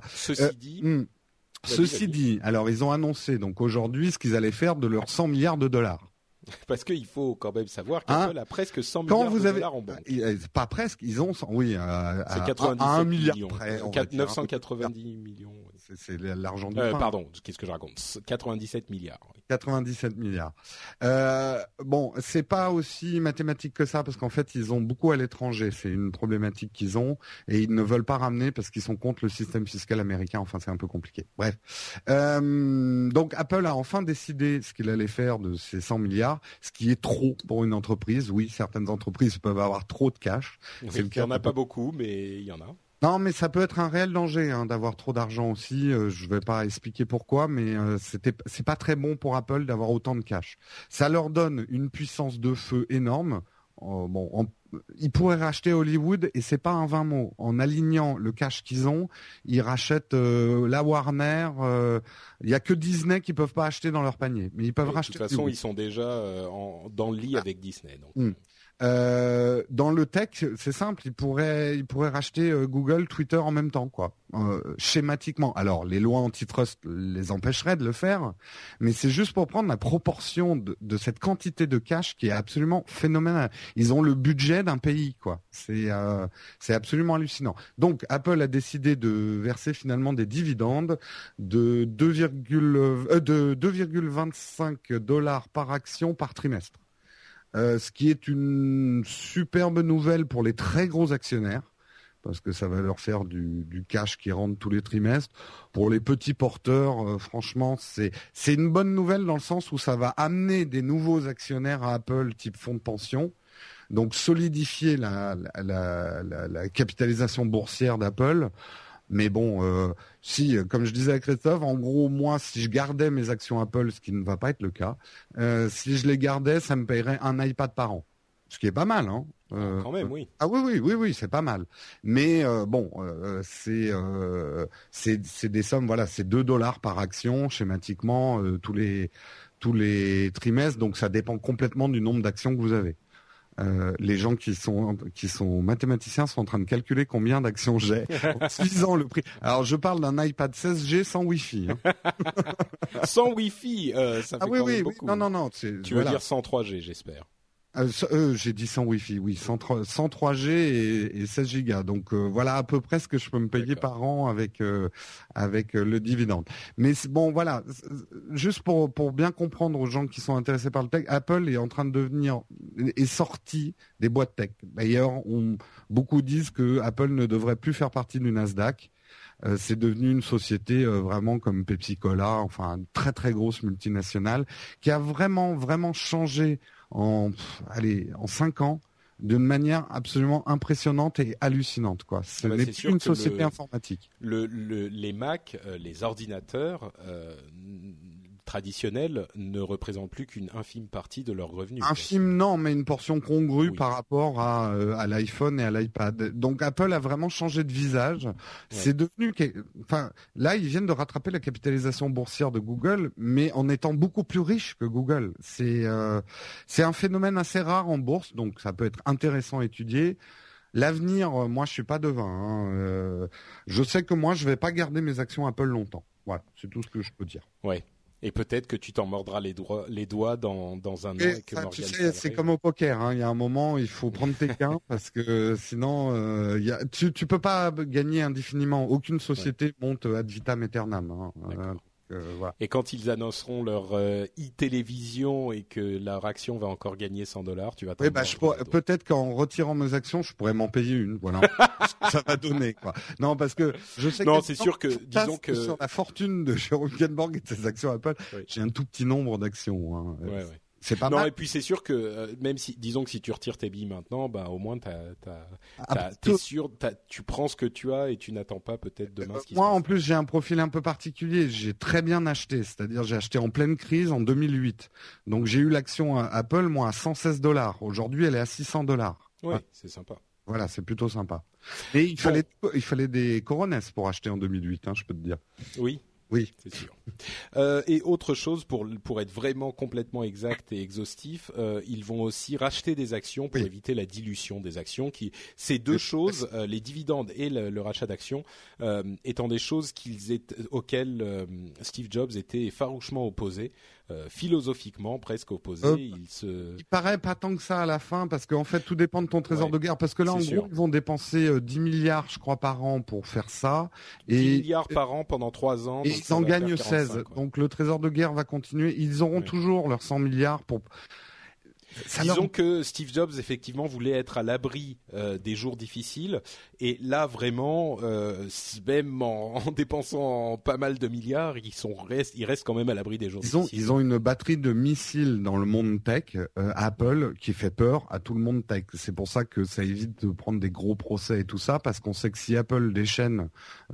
Ceci dit, alors ils ont annoncé donc aujourd'hui ce qu'ils allaient faire de leurs $100 milliards. Parce qu'il faut quand même savoir qu'Apple a presque 100 milliards de dollars en banque. Pas presque, ils ont, oui, c'est 97 à 1 milliard millions, près. 990 millions. C'est l'argent du pain. Pardon, qu'est-ce que je raconte 97 milliards. 97 milliards. C'est pas aussi mathématique que ça parce qu'en fait, ils ont beaucoup à l'étranger. C'est une problématique qu'ils ont et ils ne veulent pas ramener parce qu'ils sont contre le système fiscal américain. Enfin, c'est un peu compliqué. Bref. Donc, Apple a enfin décidé ce qu'il allait faire de ces 100 milliards, ce qui est trop pour une entreprise. Oui, certaines entreprises peuvent avoir trop de cash. Il n'y en a pas beaucoup, mais il y en a. Non, mais ça peut être un réel danger d'avoir trop d'argent aussi. Je vais pas expliquer pourquoi, mais c'est pas très bon pour Apple d'avoir autant de cash. Ça leur donne une puissance de feu énorme. Ils pourraient racheter Hollywood et c'est pas un vain mot. En alignant le cash qu'ils ont, ils rachètent la Warner. Il y a que Disney qui peuvent pas acheter dans leur panier, mais ils peuvent racheter. De toute façon, ils sont déjà dans le lit avec Disney. Donc. Dans le tech, c'est simple, ils pourraient racheter Google, Twitter en même temps, quoi. Schématiquement. Alors, les lois antitrust les empêcheraient de le faire, mais c'est juste pour prendre la proportion de cette quantité de cash qui est absolument phénoménale. Ils ont le budget d'un pays, quoi. C'est absolument hallucinant. Donc, Apple a décidé de verser finalement des dividendes de 2,25 $ par action par trimestre. Ce qui est une superbe nouvelle pour les très gros actionnaires, parce que ça va leur faire du cash qui rentre tous les trimestres. Pour les petits porteurs, franchement, c'est une bonne nouvelle dans le sens où ça va amener des nouveaux actionnaires à Apple, type fonds de pension. Donc solidifier la capitalisation boursière d'Apple. Mais bon, si, comme je disais à Christophe, en gros, moi, si je gardais mes actions Apple, ce qui ne va pas être le cas, si je les gardais, ça me paierait un iPad par an. Ce qui est pas mal, hein. Quand même, oui. Ah oui, c'est pas mal. Mais c'est des sommes, voilà, c'est $2 par action, schématiquement, tous les trimestres. Donc ça dépend complètement du nombre d'actions que vous avez. Les gens qui sont mathématiciens sont en train de calculer combien d'actions j'ai en utilisant le prix. Alors je parle d'un iPad 16G sans Wi-Fi. Hein. Sans Wi-Fi, ça fait quand même beaucoup. Non. Tu veux dire sans 3G, j'espère. J'ai dit sans Wi-Fi, oui, sans 3G et 16 gigas. Donc voilà à peu près ce que je peux me payer par an avec le dividende. Mais bon, voilà, juste pour bien comprendre aux gens qui sont intéressés par le tech, Apple est en train de est sorti des boîtes tech. D'ailleurs, beaucoup disent que Apple ne devrait plus faire partie du Nasdaq. C'est devenu une société vraiment comme Pepsi-Cola, enfin une très très grosse multinationale qui a vraiment vraiment changé en 5 ans d'une manière absolument impressionnante et hallucinante, quoi. Ce n'est plus une société informatique. Les Mac, les ordinateurs traditionnels ne représentent plus qu'une infime partie de leurs revenus. Infime, non, mais une portion congrue par rapport à l'iPhone et à l'iPad. Donc Apple a vraiment changé de visage. Ouais. C'est devenu, là ils viennent de rattraper la capitalisation boursière de Google, mais en étant beaucoup plus riche que Google. C'est un phénomène assez rare en bourse, donc ça peut être intéressant à étudier. L'avenir, moi je suis pas devin. Je sais que moi je vais pas garder mes actions Apple longtemps. Voilà, c'est tout ce que je peux dire. Ouais. Et peut-être que tu t'en mordras les doigts dans un an et que Ça, Morgan c'est comme au poker. Hein. Il y a un moment, il faut prendre tes gains parce que sinon, tu peux pas gagner indéfiniment. Aucune société monte ad vitam aeternam. Hein. Voilà. Et quand ils annonceront leur e-télévision et que leur action va encore gagner $100, tu vas t'en mordre. Peut-être qu'en retirant mes actions, je pourrais m'en payer une. Voilà. Ça va donner quoi. Non, parce que je sais non, c'est sûr que disons que sur la fortune de Jérôme Gainsbourg et de ses actions Apple, oui. j'ai un tout petit nombre d'actions. Hein. Ouais. C'est pas non, mal. Et puis c'est sûr que même si, disons que si tu retires tes billes maintenant, bah au moins t'es sûr, tu prends ce que tu as et tu n'attends pas peut-être demain ce qui se passe. Moi, en plus, j'ai un profil un peu particulier. J'ai très bien acheté, c'est-à-dire j'ai acheté en pleine crise en 2008. Donc j'ai eu l'action Apple, moi, à $116. Aujourd'hui, elle est à $600. Oui, c'est sympa. Voilà, c'est plutôt sympa. Et il fallait des Coronas pour acheter en 2008, hein, je peux te dire. Oui, c'est sûr. Et autre chose, pour être vraiment complètement exact et exhaustif, ils vont aussi racheter des actions pour éviter la dilution des actions. Ces deux choses, les dividendes et le rachat d'actions, étant des choses auxquelles Steve Jobs était farouchement opposé. Philosophiquement presque opposé. Il paraît pas tant que ça à la fin parce qu'en fait tout dépend de ton trésor de guerre parce que là en gros ils vont dépenser 10 milliards je crois par an pour faire ça 10 milliards par an pendant 3 ans et ils en gagnent 16 donc le trésor de guerre va continuer, ils auront toujours leurs 100 milliards pour Disons que Steve Jobs effectivement voulait être à l'abri des jours difficiles et là vraiment même en dépensant pas mal de milliards ils restent quand même à l'abri des jours difficiles. Ils ont une batterie de missiles dans le monde tech Apple qui fait peur à tout le monde tech. C'est pour ça que ça évite de prendre des gros procès et tout ça parce qu'on sait que si Apple déchaîne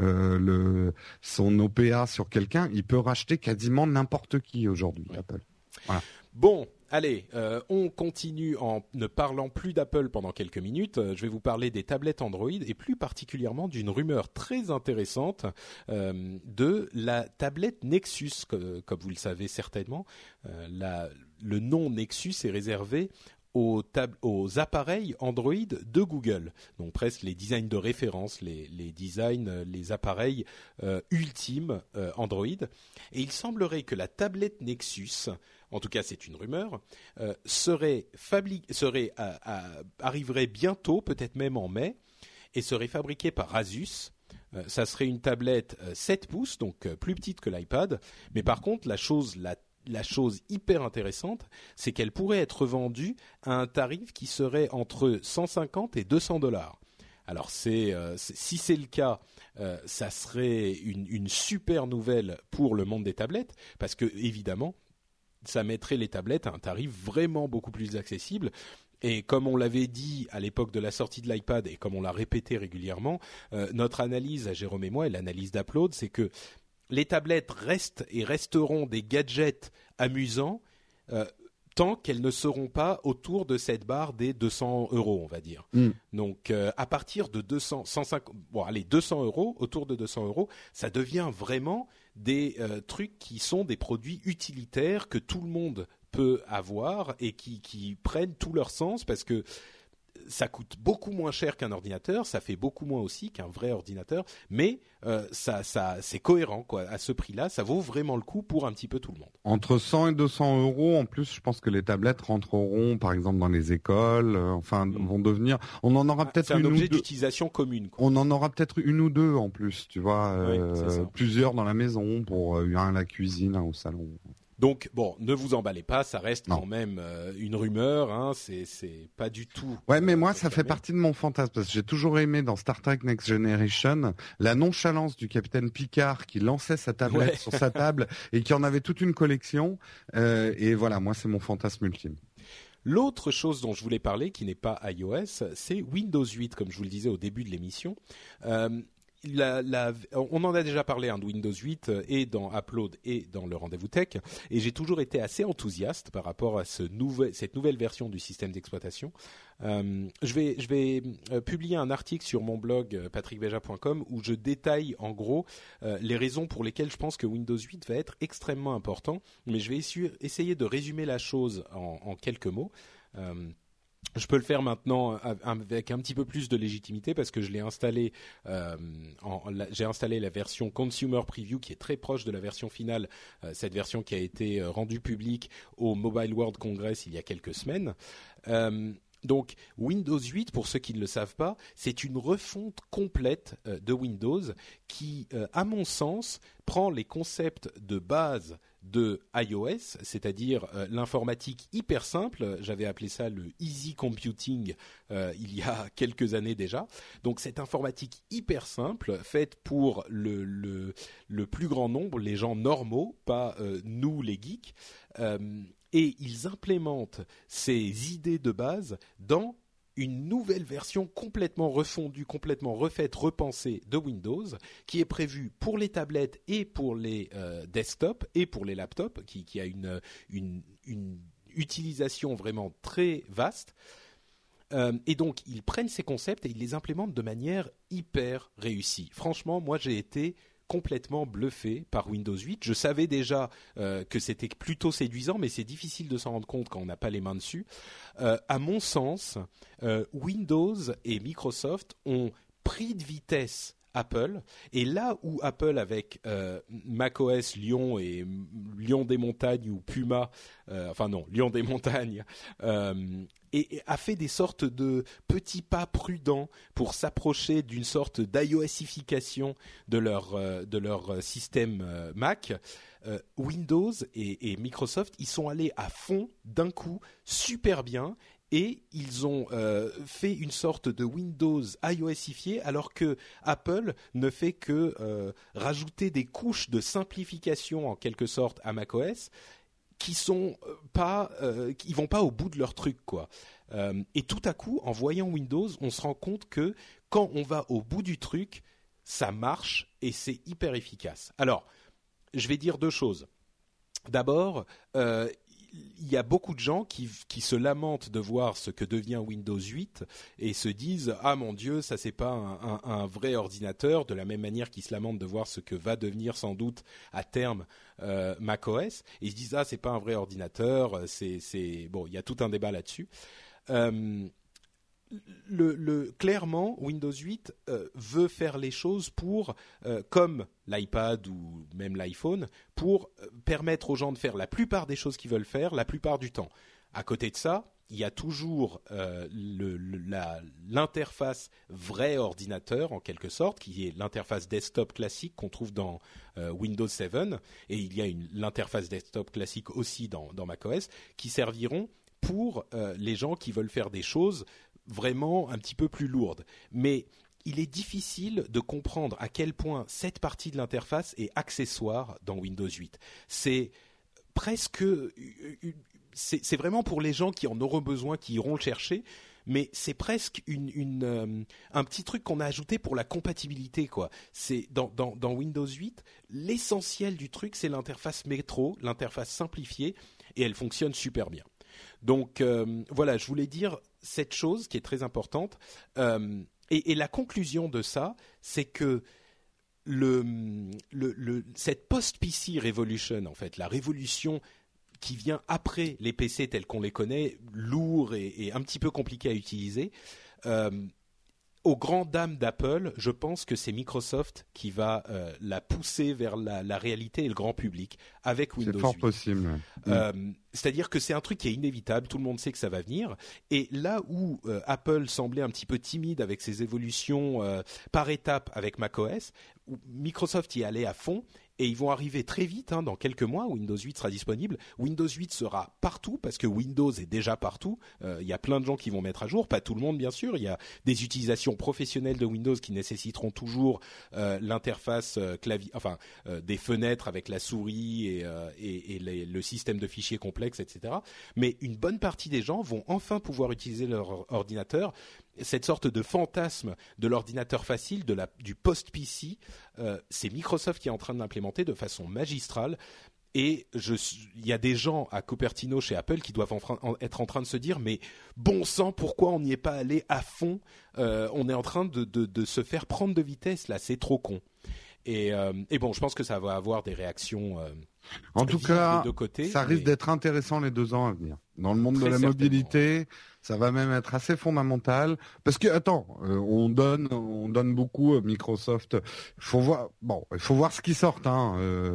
son OPA sur quelqu'un, il peut racheter quasiment n'importe qui aujourd'hui. Apple. Voilà. Bon, allez, on continue en ne parlant plus d'Apple pendant quelques minutes. Je vais vous parler des tablettes Android et plus particulièrement d'une rumeur très intéressante de la tablette Nexus. Comme vous le savez certainement, le nom Nexus est réservé aux appareils Android de Google, donc presque les designs de référence, les appareils ultimes Android. Et il semblerait que la tablette Nexus, en tout cas c'est une rumeur, arriverait bientôt, peut-être même en mai, et serait fabriquée par Asus. Ça serait une tablette 7 pouces, donc plus petite que l'iPad, mais par contre la chose hyper intéressante, c'est qu'elle pourrait être vendue à un tarif qui serait entre 150 et $200. Alors si c'est le cas, ça serait une super nouvelle pour le monde des tablettes, parce que évidemment, ça mettrait les tablettes à un tarif vraiment beaucoup plus accessible. Et comme on l'avait dit à l'époque de la sortie de l'iPad et comme on l'a répété régulièrement, notre analyse à Jérôme et moi et l'analyse d'Upload, c'est que les tablettes restent et resteront des gadgets amusants tant qu'elles ne seront pas autour de cette barre des 200 €, on va dire. Donc, à partir de 200 €, autour de 200 €, ça devient vraiment des trucs qui sont des produits utilitaires que tout le monde peut avoir et qui prennent tout leur sens parce que ça coûte beaucoup moins cher qu'un ordinateur, ça fait beaucoup moins aussi qu'un vrai ordinateur, mais ça c'est cohérent quoi. À ce prix-là, ça vaut vraiment le coup pour un petit peu tout le monde. Entre 100 et 200 €, en plus, je pense que les tablettes rentreront, par exemple, dans les écoles. Vont devenir. On en aura peut-être une ou deux. C'est un objet d'utilisation commune, quoi. On en aura peut-être une ou deux en plus, tu vois, plusieurs dans la maison pour un à la cuisine, un au salon. Donc bon, ne vous emballez pas, ça reste quand même une rumeur, hein, c'est pas du tout. Ouais, mais moi ça fait partie de mon fantasme parce que j'ai toujours aimé dans Star Trek Next Generation la nonchalance du capitaine Picard qui lançait sa tablette sur sa table et qui en avait toute une collection. Et voilà, moi c'est mon fantasme ultime. L'autre chose dont je voulais parler, qui n'est pas iOS, c'est Windows 8, comme je vous le disais au début de l'émission. On en a déjà parlé de Windows 8 et dans Upload et dans le Rendez-vous Tech, et j'ai toujours été assez enthousiaste par rapport à cette nouvelle version du système d'exploitation. Je vais publier un article sur mon blog patrickbeja.com où je détaille en gros les raisons pour lesquelles je pense que Windows 8 va être extrêmement important, mais je vais essayer de résumer la chose en quelques mots. Je peux le faire maintenant avec un petit peu plus de légitimité parce que je l'ai installé. J'ai installé la version Consumer Preview qui est très proche de la version finale. Cette version qui a été rendue publique au Mobile World Congress il y a quelques semaines. Donc Windows 8, pour ceux qui ne le savent pas, c'est une refonte complète de Windows qui, à mon sens, prend les concepts de base de iOS, c'est-à-dire l'informatique hyper simple. J'avais appelé ça le easy computing il y a quelques années déjà. Donc cette informatique hyper simple, faite pour le plus grand nombre, les gens normaux, pas nous les geeks. Et ils implémentent ces idées de base dans une nouvelle version complètement refondue, complètement refaite, repensée de Windows, qui est prévue pour les tablettes et pour les desktops et pour les laptops, qui a une utilisation vraiment très vaste. Et donc, ils prennent ces concepts et ils les implémentent de manière hyper réussie. Franchement, moi, j'ai été complètement bluffé par Windows 8. Je savais déjà que c'était plutôt séduisant, mais c'est difficile de s'en rendre compte quand on n'a pas les mains dessus. À mon sens, Windows et Microsoft ont pris de vitesse Apple, et là où Apple avec macOS Lion et Lion des montagnes ou Puma, Lion des montagnes, et a fait des sortes de petits pas prudents pour s'approcher d'une sorte d'iOSification de leur système Mac. Windows et Microsoft, ils sont allés à fond d'un coup, super bien. Et ils ont fait une sorte de Windows iOSifié, alors que Apple ne fait que rajouter des couches de simplification en quelque sorte à macOS qui sont qui vont pas au bout de leur truc quoi. Et tout à coup, en voyant Windows, on se rend compte que quand on va au bout du truc, ça marche et c'est hyper efficace. Alors, je vais dire deux choses. D'abord, il y a beaucoup de gens qui se lamentent de voir ce que devient Windows 8 et se disent « Ah mon Dieu, ça c'est pas un vrai ordinateur », de la même manière qu'ils se lamentent de voir ce que va devenir sans doute à terme macOS. Et ils se disent « Ah, c'est pas un vrai ordinateur », bon, il y a tout un débat là-dessus. Clairement, Windows 8 veut faire les choses pour, comme l'iPad ou même l'iPhone, pour permettre aux gens de faire la plupart des choses qu'ils veulent faire la plupart du temps. À côté de ça, il y a toujours l'interface vrai ordinateur en quelque sorte, qui est l'interface desktop classique qu'on trouve dans Windows 7, et il y a l'interface desktop classique aussi dans macOS, qui serviront pour les gens qui veulent faire des choses vraiment un petit peu plus lourde. Mais il est difficile de comprendre à quel point cette partie de l'interface est accessoire dans Windows 8. C'est presque... C'est vraiment pour les gens qui en auront besoin, qui iront le chercher, mais c'est presque un petit truc qu'on a ajouté pour la compatibilité, quoi. C'est dans Windows 8, l'essentiel du truc, c'est l'interface métro, l'interface simplifiée, et elle fonctionne super bien. Donc voilà, je voulais dire cette chose qui est très importante. Et la conclusion de ça, c'est que cette post-PC revolution, en fait, la révolution qui vient après les PC tels qu'on les connaît, lourds et un petit peu compliqués à utiliser, aux grandes dames d'Apple, je pense que c'est Microsoft qui va la pousser vers la réalité et le grand public avec Windows 8. C'est fort possible. C'est-à-dire que c'est un truc qui est inévitable, tout le monde sait que ça va venir. Et là où Apple semblait un petit peu timide avec ses évolutions par étapes avec macOS, Microsoft y est allé à fond. Et ils vont arriver très vite, dans quelques mois, Windows 8 sera disponible. Windows 8 sera partout, parce que Windows est déjà partout. Il y a plein de gens qui vont mettre à jour, pas tout le monde bien sûr. Il y a des utilisations professionnelles de Windows qui nécessiteront toujours l'interface clavier, des fenêtres avec la souris et le système de fichiers complexe, etc. Mais une bonne partie des gens vont enfin pouvoir utiliser leur ordinateur. Cette sorte de fantasme de l'ordinateur facile, du post-PC, c'est Microsoft qui est en train de l'implémenter de façon magistrale. Et il y a des gens à Cupertino chez Apple qui doivent être en train de se dire mais bon sang, pourquoi on n'y est pas allé à fond, on est en train de se faire prendre de vitesse là, c'est trop con. Et bon, je pense que ça va avoir des réactions. En tout cas, ça risque d'être intéressant les 2 ans à venir. Dans le monde de la mobilité, Ça va même être assez fondamental parce que on donne beaucoup Microsoft. Il faut voir ce qui sort. Hein.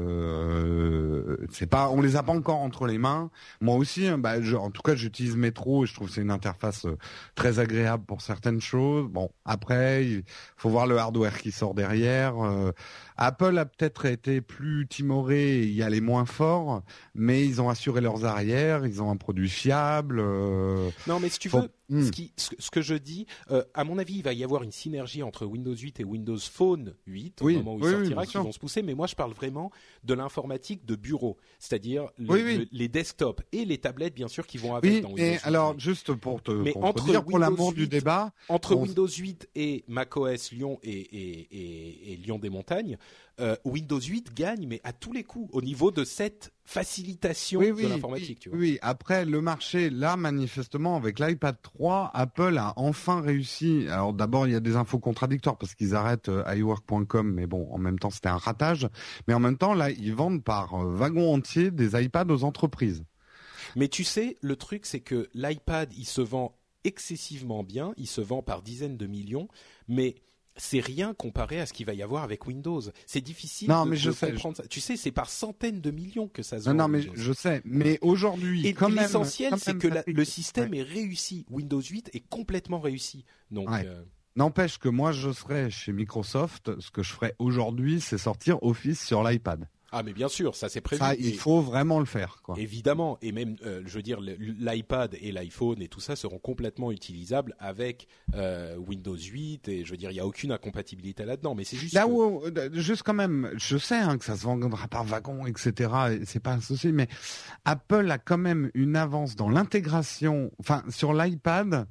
C'est pas, on les a pas encore entre les mains. Moi aussi, hein, en tout cas, j'utilise Metro et je trouve que c'est une interface très agréable pour certaines choses. Bon, après, il faut voir le hardware qui sort derrière. Apple a peut-être été plus timoré et y allait moins fort, mais ils ont assuré leurs arrières, ils ont un produit fiable. Non, mais si tu veux, ce que je dis, à mon avis, il va y avoir une synergie entre Windows 8 et Windows Phone 8 au moment où il sortira, qui vont se pousser. Mais moi, je parle vraiment de l'informatique de bureau, c'est-à-dire les desktops et les tablettes, bien sûr, qui vont avec dans Windows 8. Alors, juste pour te dire, pour l'amour du débat, entre Windows 8 et macOS Lyon et Lyon des montagnes, Windows 8 gagne, mais à tous les coups, au niveau de cette facilitation de l'informatique. Tu vois. Oui, après le marché, là, manifestement, avec l'iPad 3, Apple a enfin réussi. Alors d'abord, il y a des infos contradictoires parce qu'ils arrêtent iWork.com, mais bon, en même temps, c'était un ratage. Mais en même temps, là, ils vendent par wagon entier des iPads aux entreprises. Mais tu sais, le truc, c'est que l'iPad, il se vend excessivement bien, il se vend par dizaines de millions, mais c'est rien comparé à ce qu'il va y avoir avec Windows. C'est difficile de comprendre ça. Tu sais, c'est par centaines de millions que ça se vend. Non, mais je sais. Mais aujourd'hui, et l'essentiel, c'est que le système est réussi. Windows 8 est complètement réussi. Donc, n'empêche que moi, je serais chez Microsoft. Ce que je ferais aujourd'hui, c'est sortir Office sur l'iPad. Ah mais bien sûr, ça c'est prévu. Ça, il faut vraiment le faire, quoi. Évidemment, et même, je veux dire, l'iPad et l'iPhone et tout ça seront complètement utilisables avec Windows 8 et je veux dire, il y a aucune incompatibilité là-dedans. Mais c'est juste là où, juste quand même, je sais que ça se vendra par wagon, etc. Et c'est pas un souci, mais Apple a quand même une avance dans l'intégration. Enfin, sur l'iPad.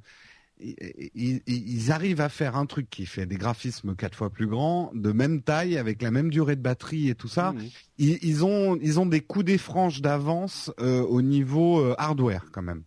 Ils arrivent à faire un truc qui fait des graphismes 4 fois plus grands, de même taille, avec la même durée de batterie et tout ça. Ils ont des coups des franges d'avance au niveau hardware quand même.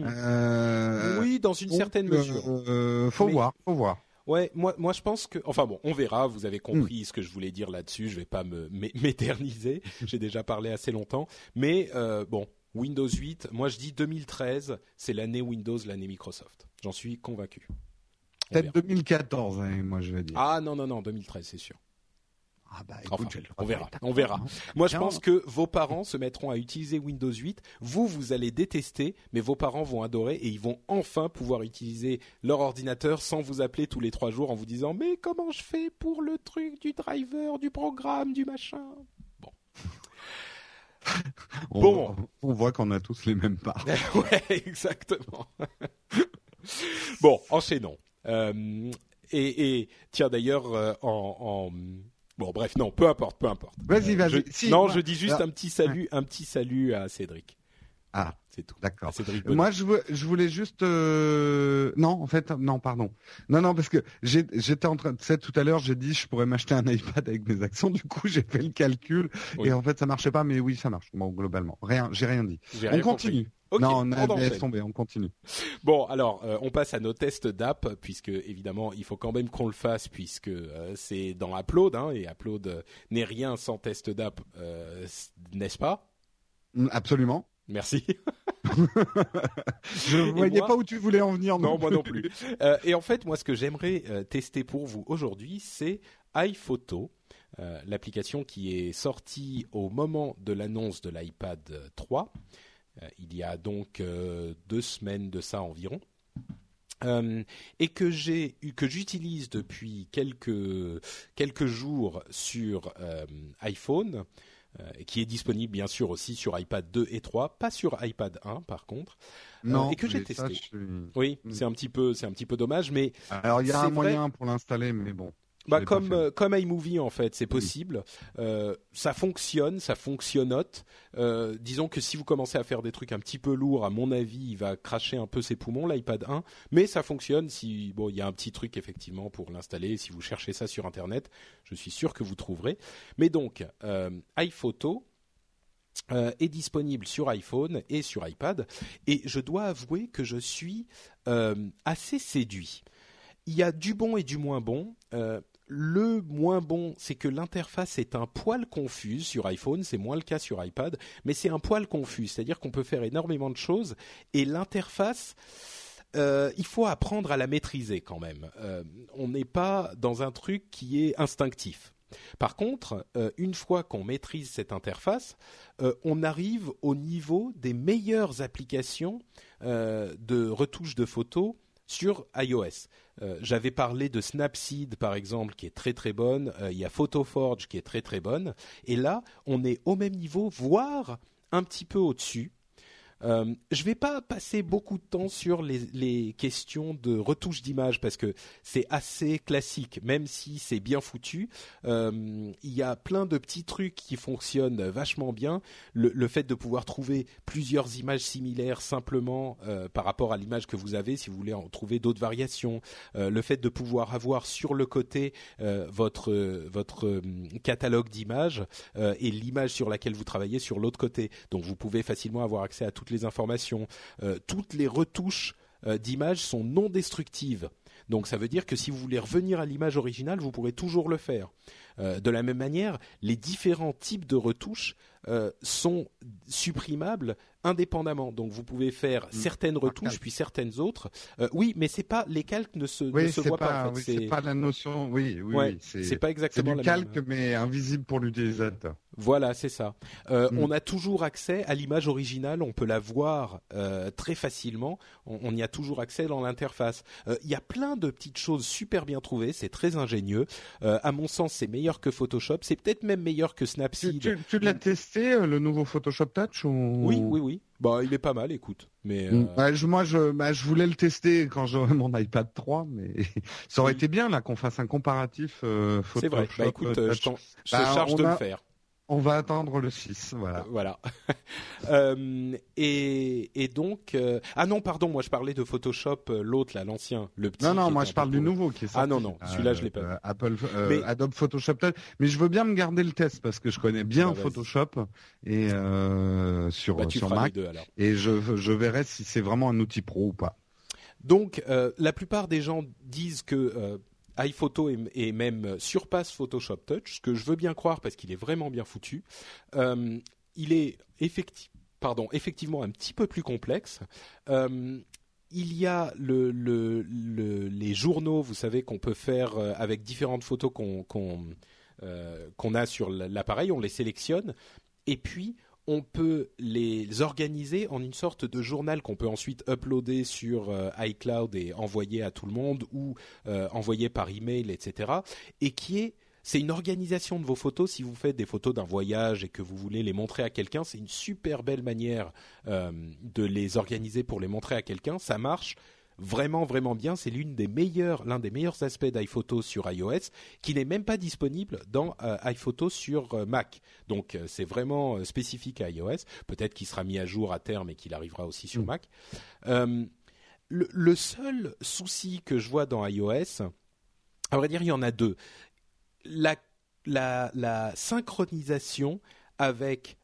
Oui, dans une certaine mesure. Faut voir. Ouais, moi je pense que, enfin bon, on verra. Vous avez compris ce que je voulais dire là-dessus. Je vais pas m'éterniser. J'ai déjà parlé assez longtemps, mais bon. Windows 8, moi je dis 2013, c'est l'année Windows, l'année Microsoft. J'en suis convaincu. Peut-être 2014, hein, moi je vais dire. Ah non, 2013, c'est sûr. Ah bah écoute, enfin, on verra. Moi je pense que vos parents se mettront à utiliser Windows 8. Vous allez détester, mais vos parents vont adorer et ils vont enfin pouvoir utiliser leur ordinateur sans vous appeler tous les 3 jours en vous disant « Mais comment je fais pour le truc du driver, du programme, du machin ?» Bon. On voit qu'on a tous les mêmes parts. Ouais, exactement. Bon, enchaînons. Et tiens d'ailleurs bon bref, non, peu importe. Vas-y. Je dis juste un petit salut à Cédric. Ah, c'est tout. D'accord. Moi, je voulais juste. Non, en fait, non, pardon. Non, parce que j'étais en train de. Tu sais, tout à l'heure, j'ai dit je pourrais m'acheter un iPad avec mes actions. Du coup, j'ai fait le calcul et en fait, ça marchait pas. Mais oui, ça marche. Bon, globalement, j'ai rien dit. On continue. Okay, non, laisse tomber, on continue. Bon, alors, on passe à nos tests d'app, puisque évidemment, il faut quand même qu'on le fasse, puisque c'est dans Upload, hein, et Upload n'est rien sans test d'app, n'est-ce pas? Absolument. Merci. Je ne voyais pas où tu voulais en venir. Non, moi non plus. Et en fait, moi, ce que j'aimerais tester pour vous aujourd'hui, c'est iPhoto, l'application qui est sortie au moment de l'annonce de l'iPad 3. Il y a donc 2 semaines de ça environ. Et que j'utilise depuis quelques jours sur iPhone. Qui est disponible bien sûr aussi sur iPad 2 et 3, pas sur iPad 1 par contre, et que j'ai testé. Oui, c'est un petit peu dommage, mais alors il y a un moyen pour l'installer, mais bon. Comme iMovie en fait, c'est possible. Ça fonctionnote. Disons que si vous commencez à faire des trucs un petit peu lourds, à mon avis, il va cracher un peu ses poumons l'iPad 1, mais ça fonctionne. Il y a un petit truc effectivement pour l'installer. Si vous cherchez ça sur Internet, je suis sûr que vous trouverez. Mais donc iPhoto est disponible sur iPhone et sur iPad, et je dois avouer que je suis assez séduit. Il y a du bon et du moins bon. Le moins bon, c'est que l'interface est un poil confuse sur iPhone, c'est moins le cas sur iPad, mais c'est un poil confus, c'est-à-dire qu'on peut faire énormément de choses et l'interface, il faut apprendre à la maîtriser quand même. On n'est pas dans un truc qui est instinctif. Par contre, une fois qu'on maîtrise cette interface, on arrive au niveau des meilleures applications de retouche de photos sur iOS. J'avais parlé de Snapseed par exemple qui est très très bonne, il y a PhotoForge qui est très très bonne, et là on est au même niveau, voire un petit peu au-dessus. Je vais pas passer beaucoup de temps sur les questions de retouche d'image parce que c'est assez classique, même si c'est bien foutu. Il y a plein de petits trucs qui fonctionnent vachement bien. Le fait de pouvoir trouver plusieurs images similaires simplement par rapport à l'image que vous avez, si vous voulez en trouver d'autres variations. Le fait de pouvoir avoir sur le côté votre catalogue d'images et l'image sur laquelle vous travaillez sur l'autre côté. Donc vous pouvez facilement avoir accès à toutes les informations. Toutes les retouches d'images sont non destructives. Donc ça veut dire que si vous voulez revenir à l'image originale, vous pourrez toujours le faire. De la même manière, les différents types de retouches sont supprimables indépendamment. Donc vous pouvez faire certaines retouches puis certaines autres. Oui, mais c'est pas, les calques ne se voient pas. En fait. C'est pas la notion. Oui, c'est pas exactement la même. C'est du calque mais invisible pour l'utilisateur. Voilà, c'est ça. On a toujours accès à l'image originale, on peut la voir très facilement. On y a toujours accès dans l'interface. Il y a plein de petites choses super bien trouvées, c'est très ingénieux. À mon sens, c'est meilleur que Photoshop. C'est peut-être même meilleur que Snapseed. Tu l'as testé le nouveau Photoshop Touch ou... Oui. Bah, il est pas mal, écoute. Mais je voulais le tester quand j'aurai mon iPad 3, mais ça aurait été bien là qu'on fasse un comparatif Photoshop. C'est vrai. Bah écoute, je te charge de le faire. On va attendre le 6, voilà. Et donc ah non, pardon, moi je parlais de Photoshop, l'autre là, l'ancien, le petit. Non, moi je parle du nouveau qui est sorti. Ah non, celui-là je l'ai pas. Adobe Photoshop Touch. Mais je veux bien me garder le test parce que je connais bien Photoshop et sur Mac. Les deux, alors. Et je verrai si c'est vraiment un outil pro ou pas. Donc la plupart des gens disent que iPhoto et même surpasse Photoshop Touch, ce que je veux bien croire parce qu'il est vraiment bien foutu. Il est effectivement un petit peu plus complexe. Il y a les journaux, vous savez, qu'on peut faire avec différentes photos qu'on a sur l'appareil, on les sélectionne et puis on peut les organiser en une sorte de journal qu'on peut ensuite uploader sur iCloud et envoyer à tout le monde ou envoyer par email, etc. Et c'est une organisation de vos photos. Si vous faites des photos d'un voyage et que vous voulez les montrer à quelqu'un, c'est une super belle manière de les organiser pour les montrer à quelqu'un. Ça marche vraiment vraiment bien. C'est l'un des meilleurs aspects d'iPhoto sur iOS, qui n'est même pas disponible dans iPhoto sur Mac. Donc c'est vraiment spécifique à iOS. Peut-être qu'il sera mis à jour à terme et qu'il arrivera aussi sur Mac. Le seul souci que je vois dans iOS, à vrai dire, il y en a deux. La synchronisation avec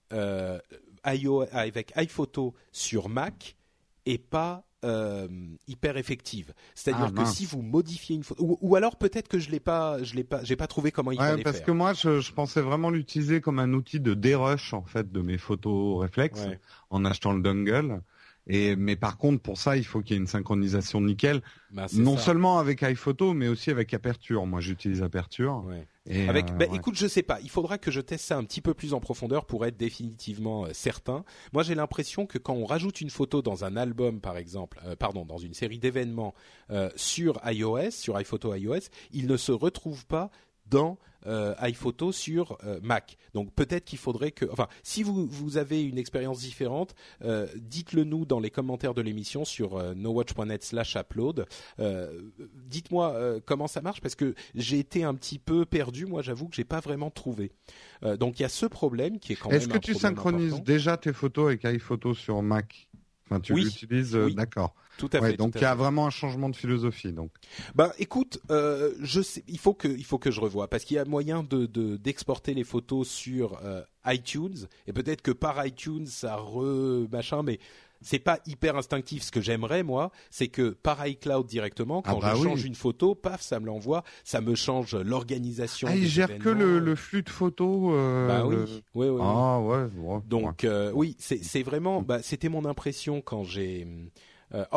iPhoto sur Mac est pas hyper effective. C'est-à-dire que si vous modifiez une photo, ou alors peut-être que j'ai pas trouvé comment il fallait faire. Parce que moi, je pensais vraiment l'utiliser comme un outil de dérush en fait de mes photos réflexes en achetant le dongle. Mais par contre, pour ça, il faut qu'il y ait une synchronisation nickel, non seulement avec iPhoto, mais aussi avec Aperture. Moi, j'utilise Aperture. Ouais. Écoute, je sais pas. Il faudra que je teste ça un petit peu plus en profondeur pour être définitivement certain. Moi, j'ai l'impression que quand on rajoute une photo dans un album, par exemple, dans une série d'événements sur iOS, sur iPhoto iOS, il ne se retrouve pas dans iPhoto sur Mac. Donc peut-être qu'il faudrait si vous avez une expérience différente, dites-le nous dans les commentaires de l'émission sur nowatch.net/upload. Dites-moi comment ça marche parce que j'ai été un petit peu perdu. Moi, j'avoue que j'ai pas vraiment trouvé. Donc il y a ce problème qui est quand même un problème. Est-ce que tu synchronises déjà tes photos avec iPhoto sur Mac? Enfin, tu l'utilises, d'accord. Tout à fait. Donc il y a vraiment un changement de philosophie. Donc. Écoute, je sais, il faut que je revoie parce qu'il y a moyen d'exporter les photos sur iTunes et peut-être que par iTunes ça mais c'est pas hyper instinctif. Ce que j'aimerais moi, c'est que par iCloud directement, quand je change une photo, paf, ça me l'envoie, ça me change l'organisation. Il gère que le flux de photos. Oui. Ah ouais. Donc oui, c'est vraiment. C'était mon impression quand j'ai.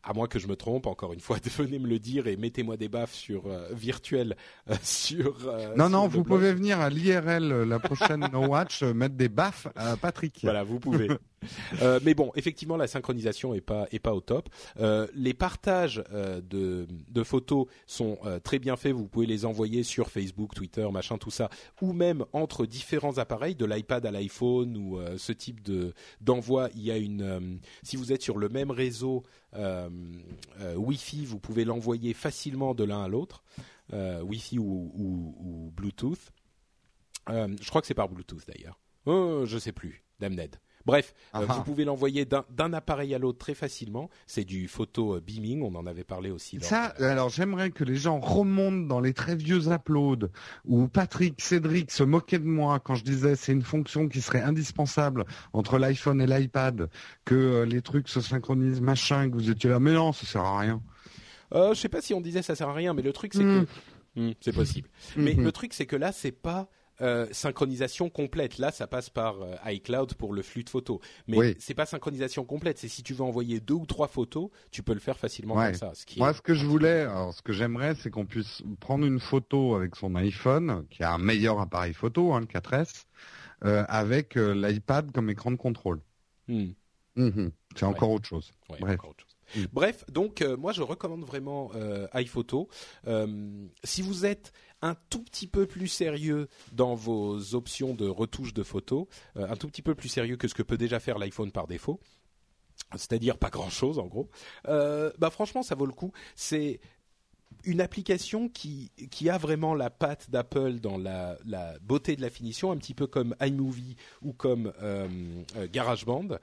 à moins que je me trompe, encore une fois, venez me le dire et mettez-moi des baffes sur virtuel sur. Non, sur vous pouvez venir à l'IRL la prochaine No Watch mettre des baffes à Patrick. Voilà, vous pouvez. Mais bon, effectivement, la synchronisation est pas au top. Les partages de photos sont très bien faits. Vous pouvez les envoyer sur Facebook, Twitter, machin, tout ça, ou même entre différents appareils, de l'iPad à l'iPhone ou ce type d'envoi. Il y a si vous êtes sur le même réseau Wi-Fi, vous pouvez l'envoyer facilement de l'un à l'autre, Wi-Fi ou Bluetooth. Je crois que c'est par Bluetooth d'ailleurs. Je sais plus. Damned. Bref, vous pouvez l'envoyer d'un appareil à l'autre très facilement. C'est du photo beaming, on en avait parlé aussi. Alors j'aimerais que les gens remontent dans les très vieux uploads où Patrick, Cédric se moquaient de moi quand je disais c'est une fonction qui serait indispensable entre l'iPhone et l'iPad, que les trucs se synchronisent, machin, que vous étiez là, mais non, ça sert à rien. Je sais pas si on disait ça sert à rien, mais le truc c'est que... c'est possible. Mais le truc c'est que là, c'est pas... synchronisation complète. Là, ça passe par iCloud pour le flux de photos. Mais c'est pas synchronisation complète. C'est si tu veux envoyer 2 ou 3 photos, tu peux le faire facilement comme ça. Ce que j'aimerais, c'est qu'on puisse prendre une photo avec son iPhone, qui a un meilleur appareil photo, le 4S, avec l'iPad comme écran de contrôle. C'est encore autre chose. Bref. Encore autre chose. Bref, donc moi je recommande vraiment iPhoto. Si vous êtes un tout petit peu plus sérieux dans vos options de retouche de photos, un tout petit peu plus sérieux que ce que peut déjà faire l'iPhone par défaut, c'est-à-dire pas grand-chose en gros, franchement ça vaut le coup. C'est une application qui a vraiment la patte d'Apple dans la beauté de la finition, un petit peu comme iMovie ou comme GarageBand.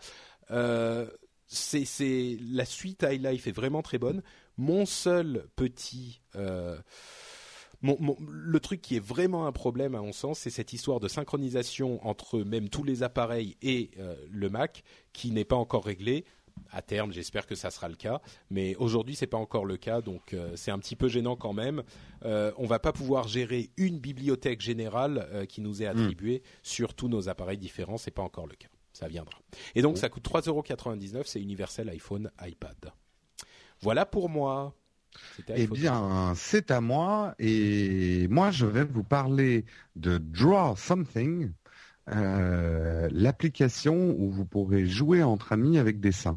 C'est la suite iLife est vraiment très bonne. Mon seul petit le truc qui est vraiment un problème à mon sens, c'est cette histoire de synchronisation entre même tous les appareils et le Mac qui n'est pas encore réglé. À terme, j'espère que ça sera le cas, mais aujourd'hui c'est pas encore le cas, donc c'est un petit peu gênant quand même. On va pas pouvoir gérer une bibliothèque générale qui nous est attribuée sur tous nos appareils différents, c'est pas encore le cas. Ça viendra. Et donc, ça coûte 3,99 €. C'est universel iPhone, iPad. Voilà pour moi. Eh bien, c'est à moi. Et moi, je vais vous parler de Draw Something, l'application où vous pourrez jouer entre amis avec des dessins.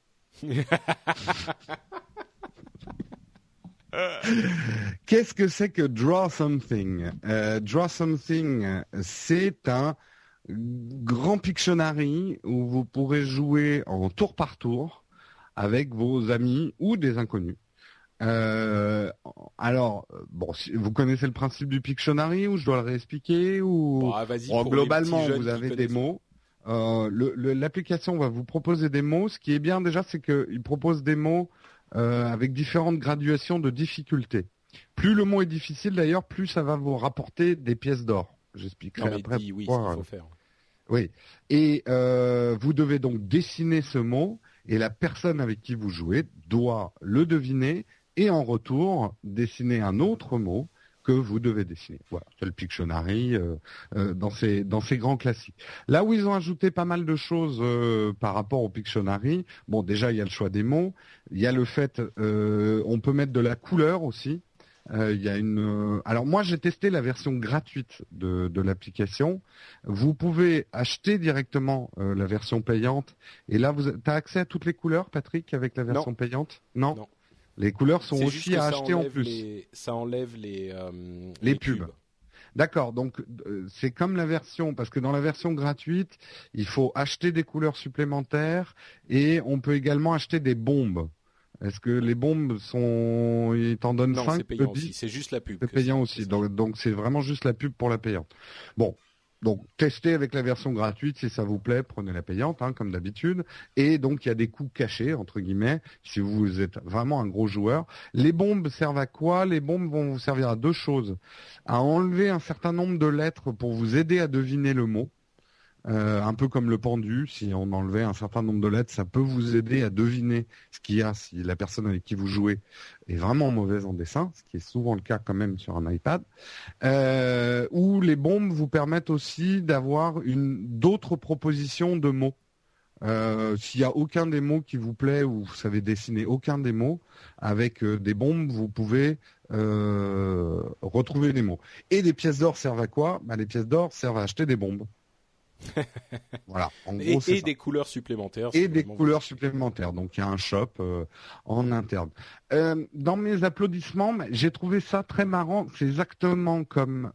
Qu'est-ce que c'est que Draw Something? Draw Something, c'est un grand Pictionary où vous pourrez jouer en tour par tour avec vos amis ou des inconnus. Vous connaissez le principe du Pictionary ou je dois le réexpliquer ou globalement vous avez des mots. L'application va vous proposer des mots. Ce qui est bien déjà, c'est qu'il propose des mots avec différentes graduations de difficulté. Plus le mot est difficile d'ailleurs, plus ça va vous rapporter des pièces d'or. J'expliquerai après. Oui, c'est ce qu'il faut faire. Oui. Et vous devez donc dessiner ce mot et la personne avec qui vous jouez doit le deviner et en retour dessiner un autre mot que vous devez dessiner. Voilà, c'est le Pictionary dans ces grands classiques. Là où ils ont ajouté pas mal de choses par rapport au Pictionary, bon déjà il y a le choix des mots, il y a le fait on peut mettre de la couleur aussi. Alors moi j'ai testé la version gratuite de l'application. Vous pouvez acheter directement la version payante. Et là, t'as accès à toutes les couleurs, Patrick, avec la version payante? Non. Les couleurs sont aussi à acheter en plus. Ça enlève les pubs. D'accord, donc c'est comme la version, parce que dans la version gratuite, il faut acheter des couleurs supplémentaires et on peut également acheter des bombes. Est-ce que les bombes ils t'en donnent 5? Non, c'est payant aussi, c'est juste la pub. C'est payant aussi, donc c'est vraiment juste la pub pour la payante. Bon, donc testez avec la version gratuite, si ça vous plaît, prenez la payante, comme d'habitude. Et donc il y a des coûts cachés, entre guillemets, si vous êtes vraiment un gros joueur. Les bombes servent à quoi? Les bombes vont vous servir à deux choses. À enlever un certain nombre de lettres pour vous aider à deviner le mot. Un peu comme le pendu, si on enlevait un certain nombre de lettres, ça peut vous aider à deviner ce qu'il y a si la personne avec qui vous jouez est vraiment mauvaise en dessin, ce qui est souvent le cas quand même sur un iPad. Ou les bombes vous permettent aussi d'avoir d'autres propositions de mots. S'il y a aucun des mots qui vous plaît ou vous savez dessiner aucun des mots, avec des bombes, vous pouvez retrouver les mots. Et les pièces d'or servent à quoi ? Les pièces d'or servent à acheter des bombes. Voilà. En gros, et des couleurs supplémentaires. Et des couleurs supplémentaires. Donc il y a un shop en interne. Dans mes applaudissements, j'ai trouvé ça très marrant. C'est exactement comme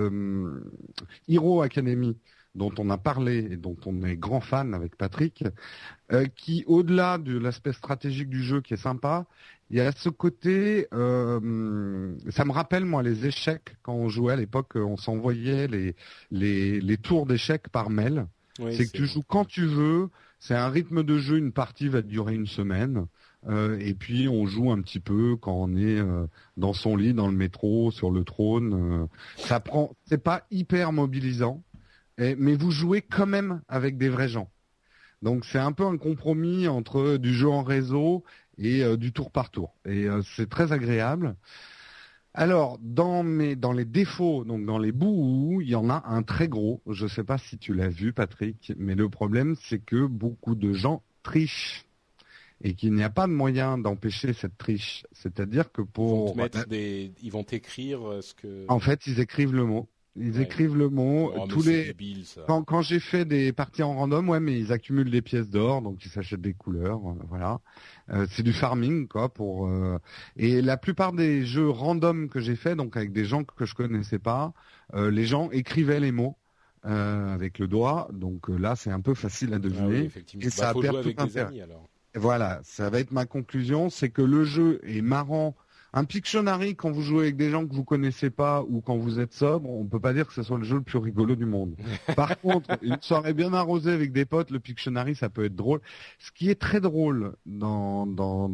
Hero Academy, dont on a parlé et dont on est grand fan avec Patrick, qui, au-delà de l'aspect stratégique du jeu qui est sympa, il y a ce côté, ça me rappelle moi les échecs quand on jouait à l'époque, on s'envoyait les tours d'échecs par mail. Oui, c'est que tu joues quand tu veux, c'est un rythme de jeu, une partie va durer une semaine, et puis on joue un petit peu quand on est dans son lit, dans le métro, sur le trône. C'est pas hyper mobilisant, mais vous jouez quand même avec des vrais gens. Donc c'est un peu un compromis entre du jeu en réseau et du tour par tour. Et c'est très agréable. Alors, dans les défauts, donc dans les bouts, il y en a un très gros. Je ne sais pas si tu l'as vu, Patrick, mais le problème, c'est que beaucoup de gens trichent et qu'il n'y a pas de moyen d'empêcher cette triche. C'est-à-dire que ils vont t'écrire ce que... En fait, ils écrivent le mot. Ils écrivent le mot. Débile, ça. Quand j'ai fait des parties en random, mais ils accumulent des pièces d'or, donc ils s'achètent des couleurs, voilà. C'est du farming, quoi. Et la plupart des jeux random que j'ai fait, donc avec des gens que je connaissais pas, les gens écrivaient les mots avec le doigt, donc là c'est un peu facile à deviner. Ah oui, effectivement. Et ça faut perd jouer tout avec des intérêt. amis, alors. Voilà, ça va être ma conclusion, c'est que le jeu est marrant. Un Pictionary, quand vous jouez avec des gens que vous connaissez pas ou quand vous êtes sobre, on peut pas dire que ce soit le jeu le plus rigolo du monde. Par contre, une soirée bien arrosée avec des potes, le Pictionary, ça peut être drôle. Ce qui est très drôle dans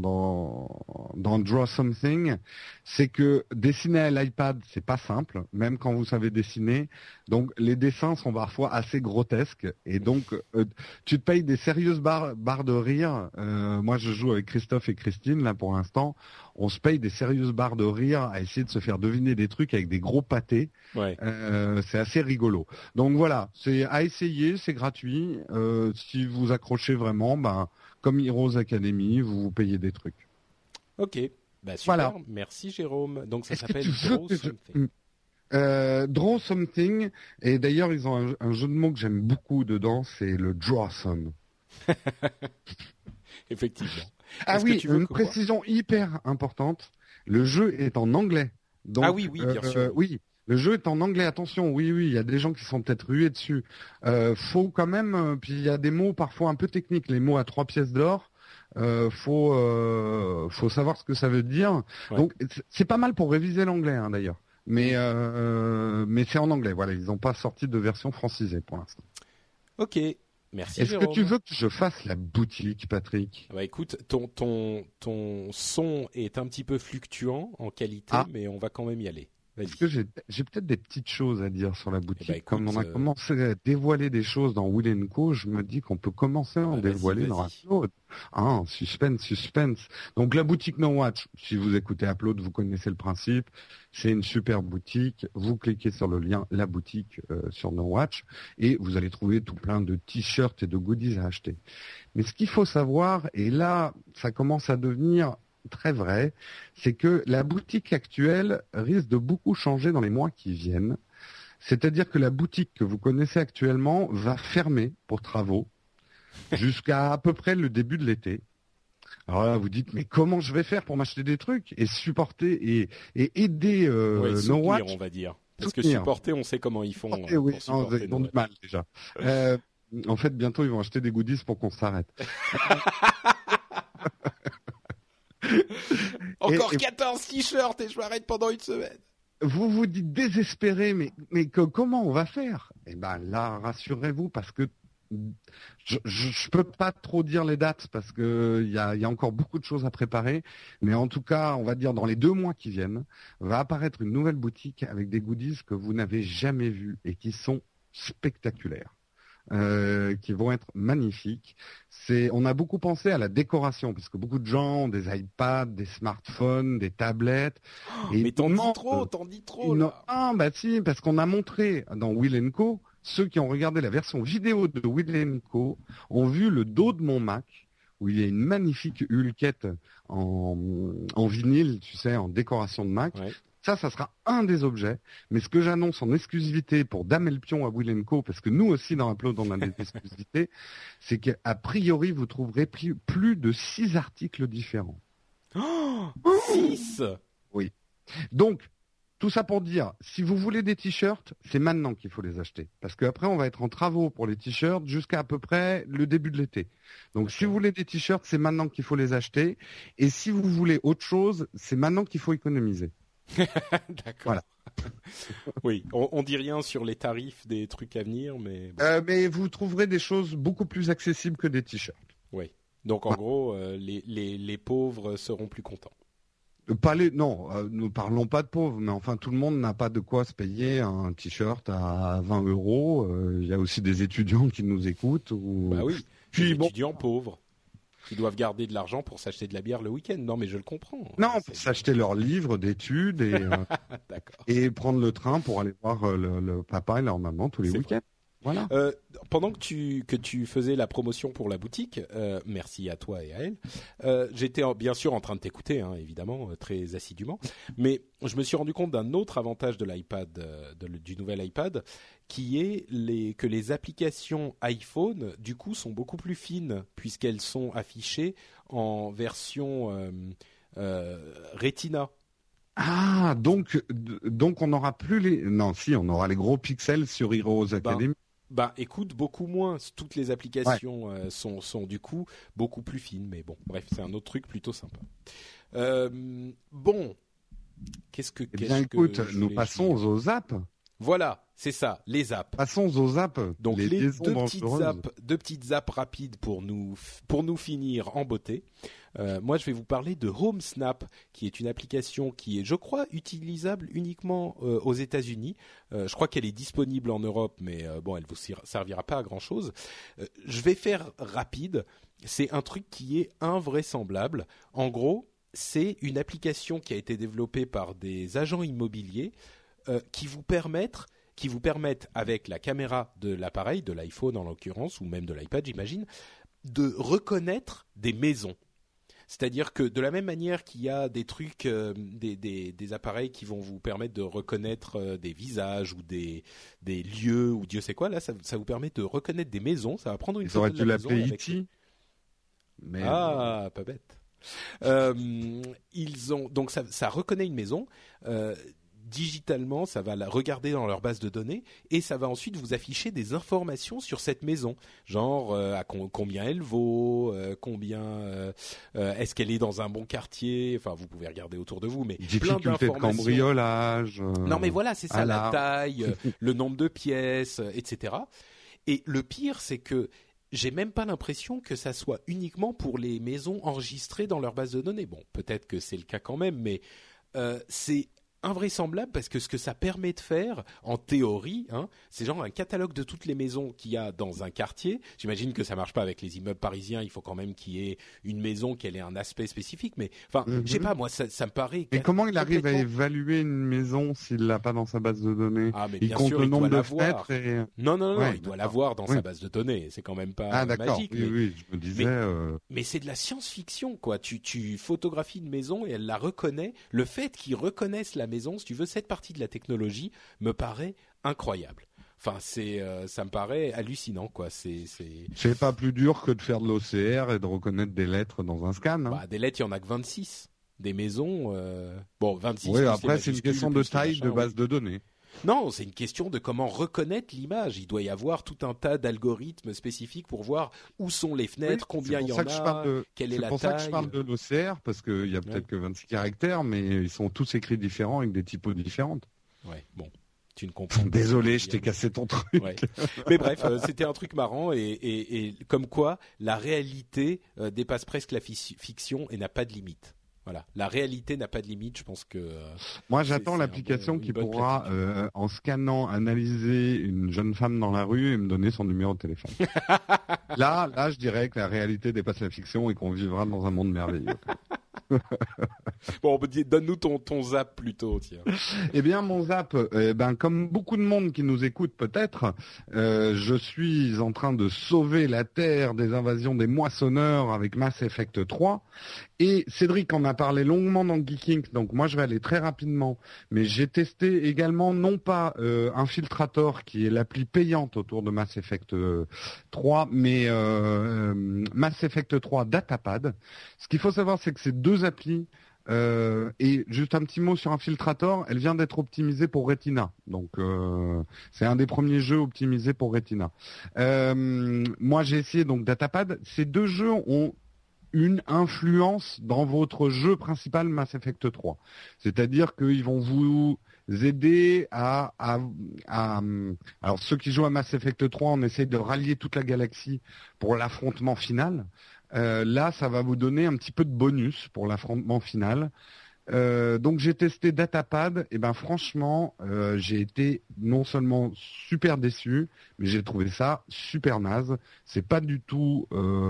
Draw Something, c'est que dessiner à l'iPad, c'est pas simple, même quand vous savez dessiner. Donc, les dessins sont parfois assez grotesques. Et donc, tu te payes des sérieuses barres de rire. Moi, je joue avec Christophe et Christine, là, pour l'instant. On se paye des sérieuses barres de rire à essayer de se faire deviner des trucs avec des gros pâtés. Ouais. C'est assez rigolo. Donc voilà, c'est à essayer, c'est gratuit. Si vous accrochez vraiment, comme Heroes Academy, vous payez des trucs. Ok, super. Voilà. Merci Jérôme. Donc ça s'appelle Draw Something. Draw Something. Et d'ailleurs, ils ont un jeu de mots que j'aime beaucoup dedans, c'est le Drawson. Effectivement. Ah oui, une précision hyper importante. Le jeu est en anglais. Donc, oui, bien sûr. Oui, le jeu est en anglais. Attention, oui, il y a des gens qui sont peut-être rués dessus. Faut quand même. Puis il y a des mots parfois un peu techniques. Les mots à 3 pièces d'or. Faut savoir ce que ça veut dire. Ouais. Donc c'est pas mal pour réviser l'anglais, hein, d'ailleurs. Mais c'est en anglais. Voilà, ils n'ont pas sorti de version francisée pour l'instant. Ok. Merci. Est-ce que tu veux que je fasse la boutique, Patrick ? Écoute, ton son est un petit peu fluctuant en qualité, mais on va quand même y aller. Vas-y. Parce que j'ai peut-être des petites choses à dire sur la boutique. Écoute, comme on a commencé à dévoiler des choses dans Will & Co, je me dis qu'on peut commencer à en dévoiler dans Upload. Suspense. Donc la boutique No Watch, si vous écoutez Upload, vous connaissez le principe. C'est une super boutique. Vous cliquez sur le lien La Boutique sur No Watch et vous allez trouver tout plein de t-shirts et de goodies à acheter. Mais ce qu'il faut savoir, et là, ça commence à devenir très vrai, c'est que la boutique actuelle risque de beaucoup changer dans les mois qui viennent. C'est-à-dire que la boutique que vous connaissez actuellement va fermer pour travaux jusqu'à peu près le début de l'été. Alors là, vous dites, mais comment je vais faire pour m'acheter des trucs et supporter et aider No Watch, on va dire. Parce que supporter, on sait comment ils font. Oui, ils ont du mal déjà. En fait, bientôt, ils vont acheter des goodies pour qu'on s'arrête. Encore 14 t-shirts et je m'arrête pendant une semaine. Vous vous dites désespéré, mais comment on va faire ? Eh ben là, rassurez-vous, parce que je peux pas trop dire les dates parce que il y a encore beaucoup de choses à préparer. Mais en tout cas, on va dire dans les 2 mois qui viennent, va apparaître une nouvelle boutique avec des goodies que vous n'avez jamais vus et qui sont spectaculaires. Qui vont être magnifiques. On a beaucoup pensé à la décoration parce que beaucoup de gens ont des iPads, des smartphones, des tablettes. Mais t'en dis trop là. Non, si, parce qu'on a montré dans Will & Co ceux qui ont regardé la version vidéo de Will & Co ont vu le dos de mon Mac, où il y a une magnifique hulquette en vinyle, tu sais, en décoration de Mac. Ouais. Ça sera un des objets. Mais ce que j'annonce en exclusivité pour damer le pion à Will & Co, parce que nous aussi dans Upload on a des exclusivités, c'est qu'a priori vous trouverez plus de 6 articles différents. Oh, 6. Oui. Donc, tout ça pour dire, si vous voulez des t-shirts, c'est maintenant qu'il faut les acheter. Parce qu'après, on va être en travaux pour les t-shirts jusqu'à à peu près le début de l'été. Donc, si vous voulez des t-shirts, c'est maintenant qu'il faut les acheter. Et si vous voulez autre chose, c'est maintenant qu'il faut économiser. D'accord. Voilà. Oui, on dit rien sur les tarifs des trucs à venir, mais... Bon. Mais vous trouverez des choses beaucoup plus accessibles que des t-shirts. Oui. Donc, en gros, les pauvres seront plus contents. Ne parlons pas de pauvres, mais enfin tout le monde n'a pas de quoi se payer un t-shirt à 20 €. Il y a aussi des étudiants qui nous écoutent. Bah oui, des étudiants pauvres qui doivent garder de l'argent pour s'acheter de la bière le week-end. Non, mais je le comprends. Non, pour s'acheter leurs livres d'études et prendre le train pour aller voir le papa et leur maman tous les week-ends. Voilà. Pendant que tu faisais la promotion pour la boutique, merci à toi et à elle. J'étais bien sûr en train de t'écouter, hein, évidemment, très assidûment. Mais je me suis rendu compte d'un autre avantage de l'iPad, du nouvel iPad, qui est que les applications iPhone, du coup, sont beaucoup plus fines puisqu'elles sont affichées en version Retina. Ah, donc on n'aura plus on aura les gros pixels sur Heroes Academy. Écoute, beaucoup moins. Toutes les applications sont du coup beaucoup plus fines. Mais bon, bref, c'est un autre truc plutôt sympa. Bon, écoute, nous passons aux apps. Voilà, c'est ça, les apps. Passons aux apps. Donc les deux petites apps rapides pour nous finir en beauté. Moi, je vais vous parler de Home Snap, qui est une application qui est, je crois, utilisable uniquement aux États-Unis. Je crois qu'elle est disponible en Europe, mais bon, elle vous servira pas à grand-chose. Je vais faire rapide. C'est un truc qui est invraisemblable. En gros, c'est une application qui a été développée par des agents immobiliers qui vous permettent avec la caméra de l'appareil, de l'iPhone en l'occurrence, ou même de l'iPad, j'imagine, de reconnaître des maisons. C'est-à-dire que de la même manière qu'il y a des trucs, des appareils qui vont vous permettre de reconnaître des visages ou des lieux ou Dieu sait quoi, là ça vous permet de reconnaître des maisons. Ça va prendre une photo de la maison. Ils auraient dû l'appeler E.T. Mais... Ah, pas bête. Donc ça reconnaît une maison. Digitalement, ça va la regarder dans leur base de données et ça va ensuite vous afficher des informations sur cette maison, genre combien elle vaut, est-ce qu'elle est dans un bon quartier. Enfin, vous pouvez regarder autour de vous, mais plein d'informations. De cambriolage. Non, mais voilà, c'est ça, la taille, le nombre de pièces, etc. Et le pire, c'est que j'ai même pas l'impression que ça soit uniquement pour les maisons enregistrées dans leur base de données. Bon, peut-être que c'est le cas quand même, mais c'est invraisemblable parce que ce que ça permet de faire en théorie, c'est genre un catalogue de toutes les maisons qu'il y a dans un quartier. J'imagine que ça marche pas avec les immeubles parisiens, il faut quand même qu'il y ait une maison qui ait un aspect spécifique, mais enfin, je sais pas, moi ça me paraît. Et comment il arrive à évaluer une maison s'il l'a pas dans sa base de données? Ah, mais il bien compte sûr, le il nombre doit de l'avoir. fenêtres Non, il doit l'avoir dans sa base de données. C'est quand même pas magique. Oui, je me disais. Mais c'est de la science-fiction, quoi. Tu photographies une maison et elle la reconnaît. Le fait qu'ils reconnaissent la maison, si tu veux, cette partie de la technologie me paraît incroyable. Enfin, ça me paraît hallucinant, quoi. C'est pas plus dur que de faire de l'OCR et de reconnaître des lettres dans un scan. Des lettres, il y en a que 26. Des maisons, 26. Oui, après c'est une question de taille de base de données. Non, c'est une question de comment reconnaître l'image. Il doit y avoir tout un tas d'algorithmes spécifiques pour voir où sont les fenêtres, combien il y en a, quelle est la taille. C'est pour ça que je parle de l'OCR, parce qu'il y a peut-être que 26 caractères, mais ils sont tous écrits différents avec des typos différentes. Ouais, bon. Tu ne comprends pas. Désolé, je t'ai cassé ton truc. Ouais. Mais bref, c'était un truc marrant et comme quoi la réalité dépasse presque la fiction et n'a pas de limite. Voilà, la réalité n'a pas de limite. Je pense que moi j'attends l'application qui pourra, en scannant, analyser une jeune femme dans la rue et me donner son numéro de téléphone. Là, je dirais que la réalité dépasse la fiction et qu'on vivra dans un monde merveilleux. Bon, donne-nous ton zap plutôt, tiens. Eh bien, mon zap, comme beaucoup de monde qui nous écoute peut-être, je suis en train de sauver la Terre des invasions des moissonneurs avec Mass Effect 3. Et Cédric en a parlé longuement dans Geeking, donc moi je vais aller très rapidement. Mais j'ai testé également, non pas Infiltrator, qui est l'appli payante autour de Mass Effect 3, mais Mass Effect 3 Datapad. Ce qu'il faut savoir, c'est que ces deux applis, et juste un petit mot sur Infiltrator, elle vient d'être optimisée pour Retina. Donc c'est un des premiers jeux optimisés pour Retina. Moi j'ai essayé donc Datapad. Ces deux jeux ont une influence dans votre jeu principal Mass Effect 3. C'est-à-dire qu'ils vont vous aider à alors ceux qui jouent à Mass Effect 3, on essaie de rallier toute la galaxie pour l'affrontement final. Là, ça va vous donner un petit peu de bonus pour l'affrontement final. Donc j'ai testé Datapad, et franchement, j'ai été non seulement super déçu, mais j'ai trouvé ça super naze. C'est pas du tout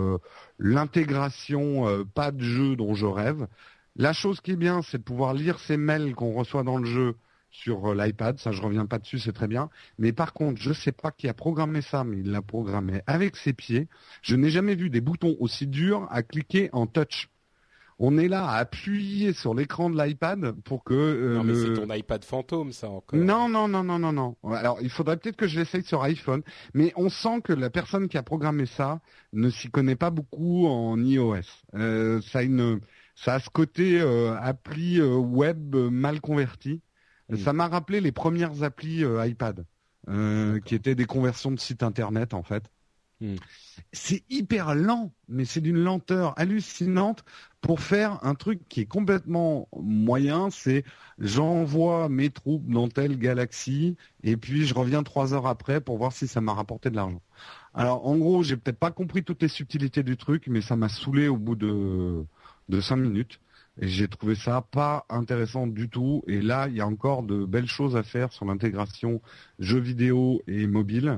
l'intégration pas de jeu dont je rêve. La chose qui est bien, c'est de pouvoir lire ces mails qu'on reçoit dans le jeu sur l'iPad, ça je reviens pas dessus, c'est très bien. Mais par contre, je sais pas qui a programmé ça, mais il l'a programmé avec ses pieds. Je n'ai jamais vu des boutons aussi durs à cliquer en touch. On est là à appuyer sur l'écran de l'iPad pour que non, mais c'est ton iPad fantôme, ça encore. Non. Alors, il faudrait peut-être que je l'essaye sur iPhone, mais on sent que la personne qui a programmé ça ne s'y connaît pas beaucoup en iOS. Ça a ce côté appli web mal converti. Ça m'a rappelé les premières applis iPad, qui étaient des conversions de sites internet en fait. C'est hyper lent, mais c'est d'une lenteur hallucinante pour faire un truc qui est complètement moyen. C'est j'envoie mes troupes dans telle galaxie et puis je reviens 3 heures après pour voir si ça m'a rapporté de l'argent. Alors en gros, j'ai peut-être pas compris toutes les subtilités du truc, mais ça m'a saoulé au bout de 5 minutes. Et j'ai trouvé ça pas intéressant du tout. Et là, il y a encore de belles choses à faire sur l'intégration jeux vidéo et mobile.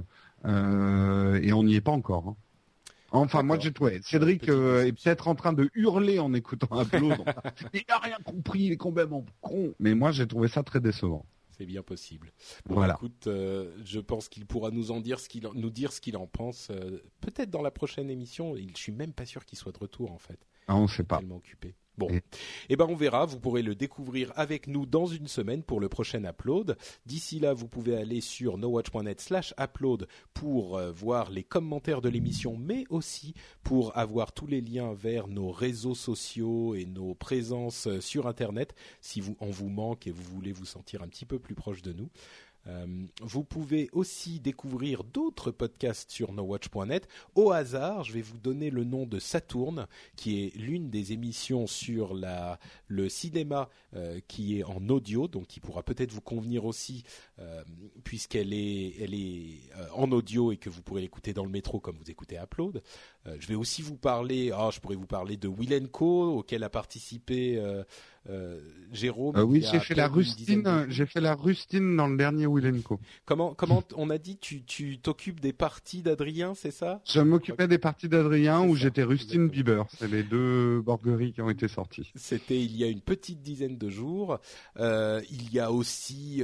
Et on n'y est pas encore. Hein. Enfin, moi j'ai trouvé. Cédric est peut-être en train de hurler en écoutant Upload. Il n'a rien compris, il est complètement con. Mais moi j'ai trouvé ça très décevant. C'est bien possible. Bon, voilà. Écoute, je pense qu'il pourra nous dire ce qu'il en pense. Peut-être dans la prochaine émission. Je suis même pas sûr qu'il soit de retour en fait. Ah, on ne sait pas. Tellement occupé. Bon, on verra. Vous pourrez le découvrir avec nous dans une semaine pour le prochain upload. D'ici là, vous pouvez aller sur nowatch.net/upload pour voir les commentaires de l'émission, mais aussi pour avoir tous les liens vers nos réseaux sociaux et nos présences sur Internet si on vous manque et vous voulez vous sentir un petit peu plus proche de nous. Vous pouvez aussi découvrir d'autres podcasts sur nowatch.net. Au hasard, je vais vous donner le nom de Saturne, qui est l'une des émissions sur le cinéma qui est en audio, donc qui pourra peut-être vous convenir aussi, puisqu'elle est en audio et que vous pourrez l'écouter dans le métro comme vous écoutez Upload. Je vais aussi vous parler, je pourrais vous parler de Will & Co, auquel a participé Jérôme. Oui, j'ai fait la rustine dans le dernier Will & Co. Comment on a dit, tu t'occupes des parties d'Adrien, c'est ça? Je m'occupais des parties d'Adrien où j'étais Rustine Bieber. C'est les deux borgueries qui ont été sorties. C'était il y a une petite dizaine de jours. Il y a aussi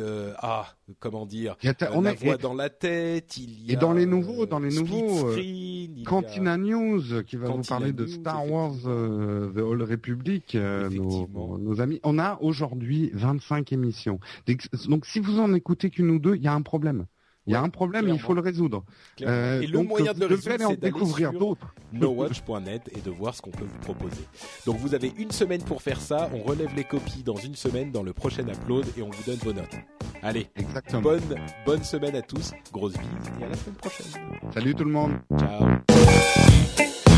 La voix dans la tête. Il y a dans les nouveaux, Screen, Cantina News qui va vous parler de Star Wars, The Old Republic, nos amis. On a aujourd'hui 25 émissions. Donc si vous en écoutez qu'une ou deux, il y a un problème. Il y a un problème, il faut le résoudre. Et le moyen de le résoudre, c'est d'aller découvrir d'autres. nowatch.net et de voir ce qu'on peut vous proposer. Donc vous avez une semaine pour faire ça. On relève les copies dans une semaine dans le prochain upload et on vous donne vos notes. Allez, exactement. Bonne semaine à tous. Grosse bise et à la semaine prochaine. Salut tout le monde. Ciao.